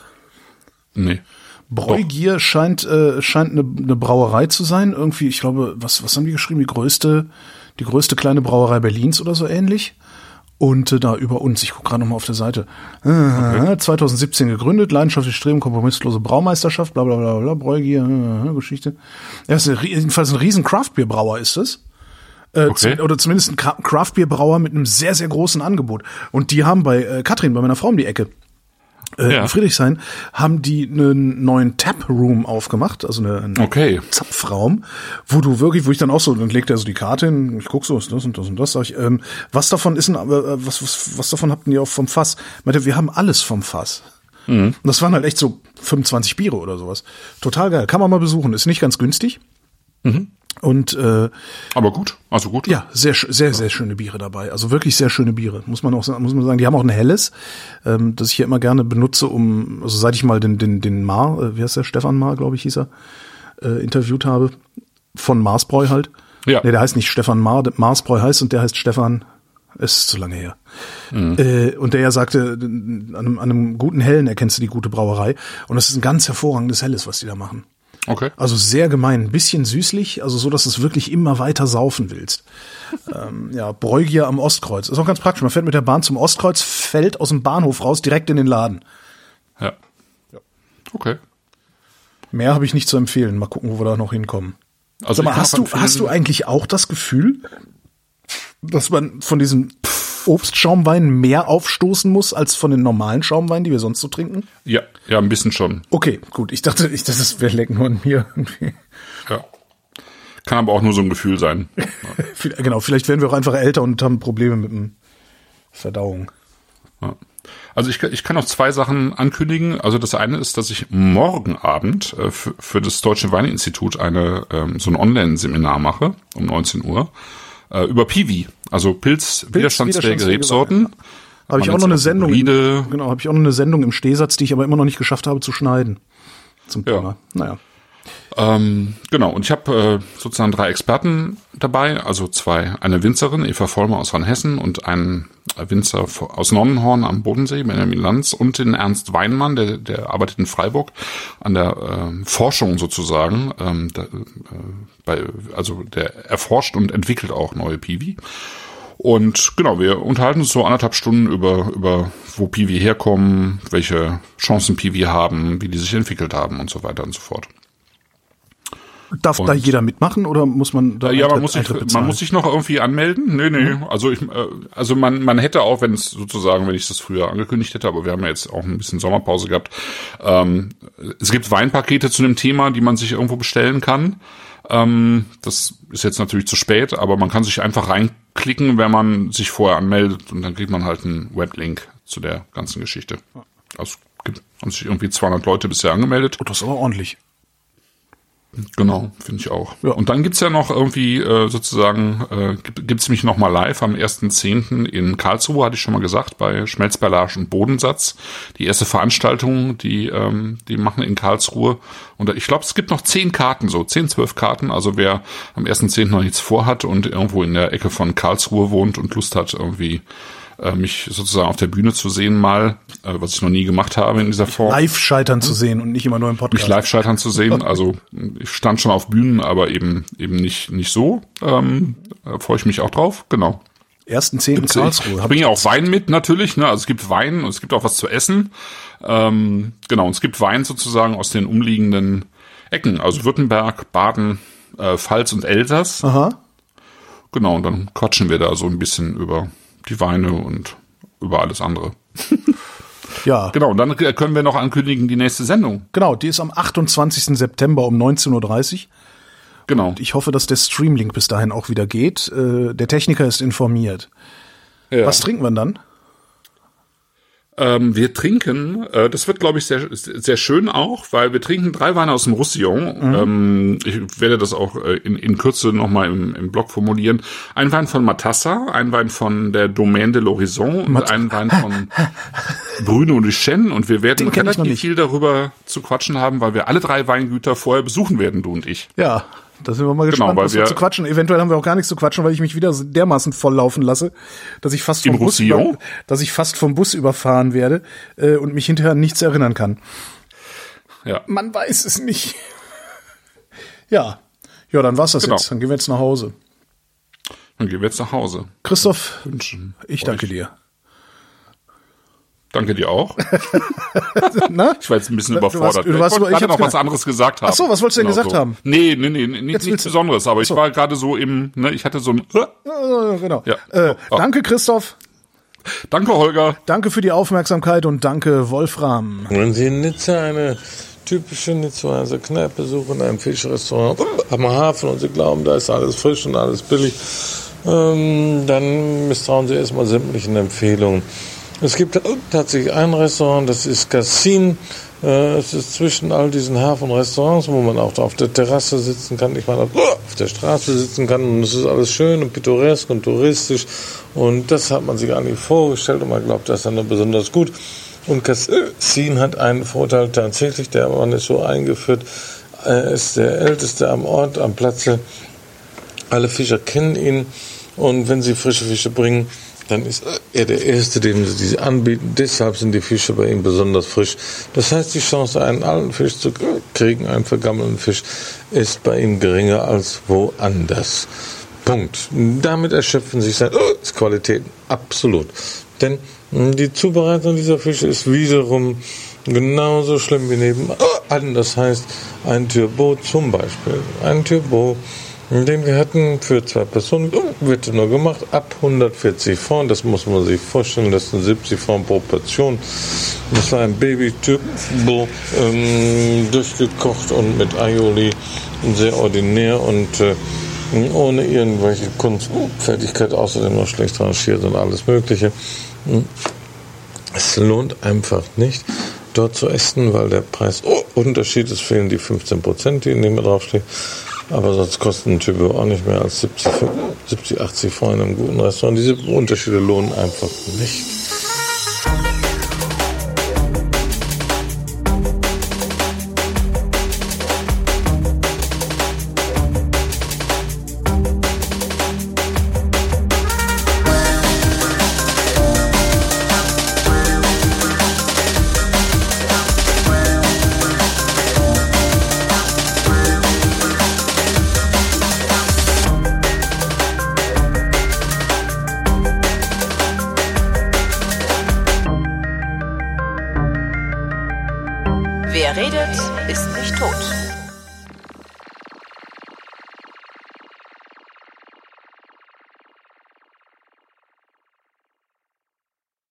Nee. Bräugier Doch. scheint äh, scheint eine, eine Brauerei zu sein. Irgendwie, ich glaube, was was haben die geschrieben? Die größte die größte kleine Brauerei Berlins oder so ähnlich. Und äh, da über uns, ich gucke gerade nochmal auf der Seite, äh, okay. zwanzig siebzehn gegründet, leidenschaftlich streben, kompromisslose Braumeisterschaft, bla bla bla bla, Bräugier, äh, Geschichte. Ja, ist eine, jedenfalls ein riesen Craftbeer-Brauer ist es. Äh, okay. zu, oder zumindest ein Craftbeer-Brauer mit einem sehr, sehr großen Angebot. Und die haben bei äh, Katrin, bei meiner Frau um die Ecke, äh, ja. in Friedrichshain, haben die einen neuen Taproom aufgemacht, also eine, einen okay. Zapfraum, wo du wirklich, wo ich dann auch so, dann legt er so die Karte hin, ich guck so, ist das und das und das, sag ich, ähm, was davon ist, ein, äh, was, was, was davon habt ihr auch vom Fass? Meinte, wir haben alles vom Fass. Mhm. Und das waren halt echt so fünfundzwanzig Biere oder sowas. Total geil, kann man mal besuchen, ist nicht ganz günstig. Mhm. Und äh, aber gut, also gut. Ja, sehr sehr sehr schöne Biere dabei, also wirklich sehr schöne Biere, muss man auch muss man sagen. Die haben auch ein helles, ähm, das ich hier immer gerne benutze, um also seit ich mal den den den Mar, äh, wie heißt der, Stefan Mar, glaube ich, hieß er, äh, interviewt habe von Marsbräu halt. Ja. Nee, der heißt nicht Stefan Mar, Marsbräu heißt und der heißt Stefan, ist zu lange her. Mhm. Äh, und der ja sagte, an einem, an einem guten Hellen erkennst du die gute Brauerei und das ist ein ganz hervorragendes Helles, was die da machen. Okay. Also sehr gemein, ein bisschen süßlich, also so, dass du es wirklich immer weiter saufen willst. ähm, ja, Bräugier am Ostkreuz. Ist auch ganz praktisch. Man fährt mit der Bahn zum Ostkreuz, fällt aus dem Bahnhof raus, direkt in den Laden. Ja. ja. Okay. Mehr habe ich nicht zu empfehlen. Mal gucken, wo wir da noch hinkommen. Also Sag mal, hast du, hast du eigentlich auch das Gefühl, dass man von diesem Obstschaumwein mehr aufstoßen muss als von den normalen Schaumweinen, die wir sonst so trinken? Ja, ja, ein bisschen schon. Okay, gut. Ich dachte, ich, das wäre leck nur an mir. Ja. Kann aber auch nur so ein Gefühl sein. Ja. Genau, vielleicht werden wir auch einfach älter und haben Probleme mit dem Verdauung. Ja. Also ich, ich kann auch zwei Sachen ankündigen. Also das eine ist, dass ich morgen Abend äh, für, für das Deutsche Weininstitut eine ähm, so ein Online-Seminar mache um neunzehn Uhr. Über Piwi, also Pilz, Pilz widerstandsfähige Rebsorten. Habe ich auch noch eine Sendung. Im, genau, habe ich auch noch eine Sendung im Stehsatz, die ich aber immer noch nicht geschafft habe zu schneiden. Zum Thema. Ja. Naja. Ähm, genau, und ich habe äh, sozusagen drei Experten dabei, also zwei, eine Winzerin, Eva Vollmer aus Rheinhessen und einen Winzer aus Nonnenhorn am Bodensee, Benjamin Lanz, und den Ernst Weinmann, der, der arbeitet in Freiburg an der äh, Forschung sozusagen, ähm, da, äh, bei, also der erforscht und entwickelt auch neue Piwi. Und genau, wir unterhalten uns so anderthalb Stunden über, über wo Piwi herkommen, welche Chancen Piwi haben, wie die sich entwickelt haben und so weiter und so fort. Darf und, da jeder mitmachen oder muss man da ja, man muss, sich, man muss sich noch irgendwie anmelden? Nee, nee. Mhm. Also ich, also man, man hätte auch, wenn es sozusagen, wenn ich das früher angekündigt hätte, aber wir haben ja jetzt auch ein bisschen Sommerpause gehabt. Ähm, es gibt Weinpakete zu dem Thema, die man sich irgendwo bestellen kann. Ähm, das ist jetzt natürlich zu spät, aber man kann sich einfach reinklicken, wenn man sich vorher anmeldet, und dann kriegt man halt einen Weblink zu der ganzen Geschichte. Also gibt, haben sich irgendwie zweihundert Leute bisher angemeldet. Oh, das ist aber ordentlich. Genau, finde ich auch. Ja. Und dann gibt's ja noch irgendwie äh, sozusagen, äh, gibt, gibt's mich noch mal live am ersten zehnten in Karlsruhe, hatte ich schon mal gesagt, bei Schmelzperlage und Bodensatz. Die erste Veranstaltung, die ähm, die machen in Karlsruhe. Und ich glaube, es gibt noch zehn Karten, so zehn, zwölf Karten. Also wer am ersten zehnten noch nichts vorhat und irgendwo in der Ecke von Karlsruhe wohnt und Lust hat, irgendwie mich sozusagen auf der Bühne zu sehen mal, was ich noch nie gemacht habe in dieser Form. Live scheitern zu sehen und nicht immer nur im Podcast. Mich live scheitern zu sehen, also ich stand schon auf Bühnen, aber eben eben nicht nicht so. Ähm, da freue ich mich auch drauf, genau. ersten zehnten in Karlsruhe. Ich bringe ja auch Wein mit natürlich, ne? Also es gibt Wein und es gibt auch was zu essen. Ähm, genau, und es gibt Wein sozusagen aus den umliegenden Ecken, also Württemberg, Baden, äh, Pfalz und Elsass. Aha. Genau, und dann quatschen wir da so ein bisschen über die Weine und über alles andere. Ja. Genau, und dann können wir noch ankündigen, die nächste Sendung. Genau, die ist am achtundzwanzigsten September um neunzehn Uhr dreißig. Genau. Und ich hoffe, dass der Streamlink bis dahin auch wieder geht. Der Techniker ist informiert. Ja. Was trinken wir dann? Ähm, wir trinken, äh, das wird, glaube ich, sehr sehr schön auch, weil wir trinken drei Weine aus dem Roussillon. Mhm. Ähm, ich werde das auch äh, in, in Kürze nochmal im, im Blog formulieren. Ein Wein von Matassa, ein Wein von der Domaine de l'Horizon und Mat- ein Wein von Bruno Duchesne. Und wir werden relativ viel darüber zu quatschen haben, weil wir alle drei Weingüter vorher besuchen werden, du und ich. Ja. Da sind wir mal gespannt, genau, was wir zu quatschen. Eventuell haben wir auch gar nichts zu quatschen, weil ich mich wieder dermaßen volllaufen lasse, dass ich fast vom Bus über, dass ich fast vom Bus überfahren werde äh, und mich hinterher an nichts erinnern kann. Ja. Man weiß es nicht. Ja, ja, dann war's das genau. jetzt. Dann gehen wir jetzt nach Hause. Dann gehen wir jetzt nach Hause. Christoph, Wünschen ich danke euch. dir. Danke dir auch. Na? Ich war jetzt ein bisschen du überfordert. Warst, du warst, ich wollte gerade noch gedacht. was anderes gesagt haben. Ach so, was wolltest du denn genau gesagt so. haben? Nee, nee, nee, nichts nicht Besonderes, aber so. Ich war gerade so im, ne, ich hatte so ein äh, genau. Ja. Äh, oh. Danke, Christoph. Danke, Holger. Danke für die Aufmerksamkeit und danke, Wolfram. Wenn Sie in Nizza eine typische Nizzaer Kneipe suchen, ein Fischrestaurant am Hafen und Sie glauben, da ist alles frisch und alles billig, ähm, dann misstrauen Sie erstmal sämtlichen Empfehlungen. Es gibt tatsächlich ein Restaurant, das ist Cassin. Es ist zwischen all diesen Hafenrestaurants, wo man auch auf der Terrasse sitzen kann, ich meine auf der Straße sitzen kann, und es ist alles schön und pittoresk und touristisch, und das hat man sich gar nicht vorgestellt und man glaubt, das ist dann besonders gut. Und Cassin hat einen Vorteil tatsächlich, der man ist so eingeführt, er ist der älteste am Ort, am Platze. Alle Fischer kennen ihn, und wenn sie frische Fische bringen, dann ist er der Erste, dem sie diese anbieten. Deshalb sind die Fische bei ihm besonders frisch. Das heißt, die Chance, einen alten Fisch zu kriegen, einen vergammelten Fisch, ist bei ihm geringer als woanders. Punkt. Damit erschöpfen sich seine Qualitäten. Absolut. Denn die Zubereitung dieser Fische ist wiederum genauso schlimm wie nebenan. Das heißt, ein Turbo zum Beispiel. Ein Turbo, den wir hatten für zwei Personen, wird nur gemacht ab hundertvierzig Francs, das muss man sich vorstellen, das sind siebzig Francs pro Portion. Das war ein Baby-Turbo, ähm, durchgekocht und mit Aioli, sehr ordinär und äh, ohne irgendwelche Kunstfertigkeit, außerdem noch schlecht rangiert und alles Mögliche. Es lohnt einfach nicht, dort zu essen, weil der Preisunterschied ist, fehlen die fünfzehn Prozent, die in dem draufstehen. Aber sonst kostet ein Turbo auch nicht mehr als siebzig, achtzig Francs in einem guten Restaurant. Diese Unterschiede lohnen einfach nicht. Wer redet, ist nicht tot.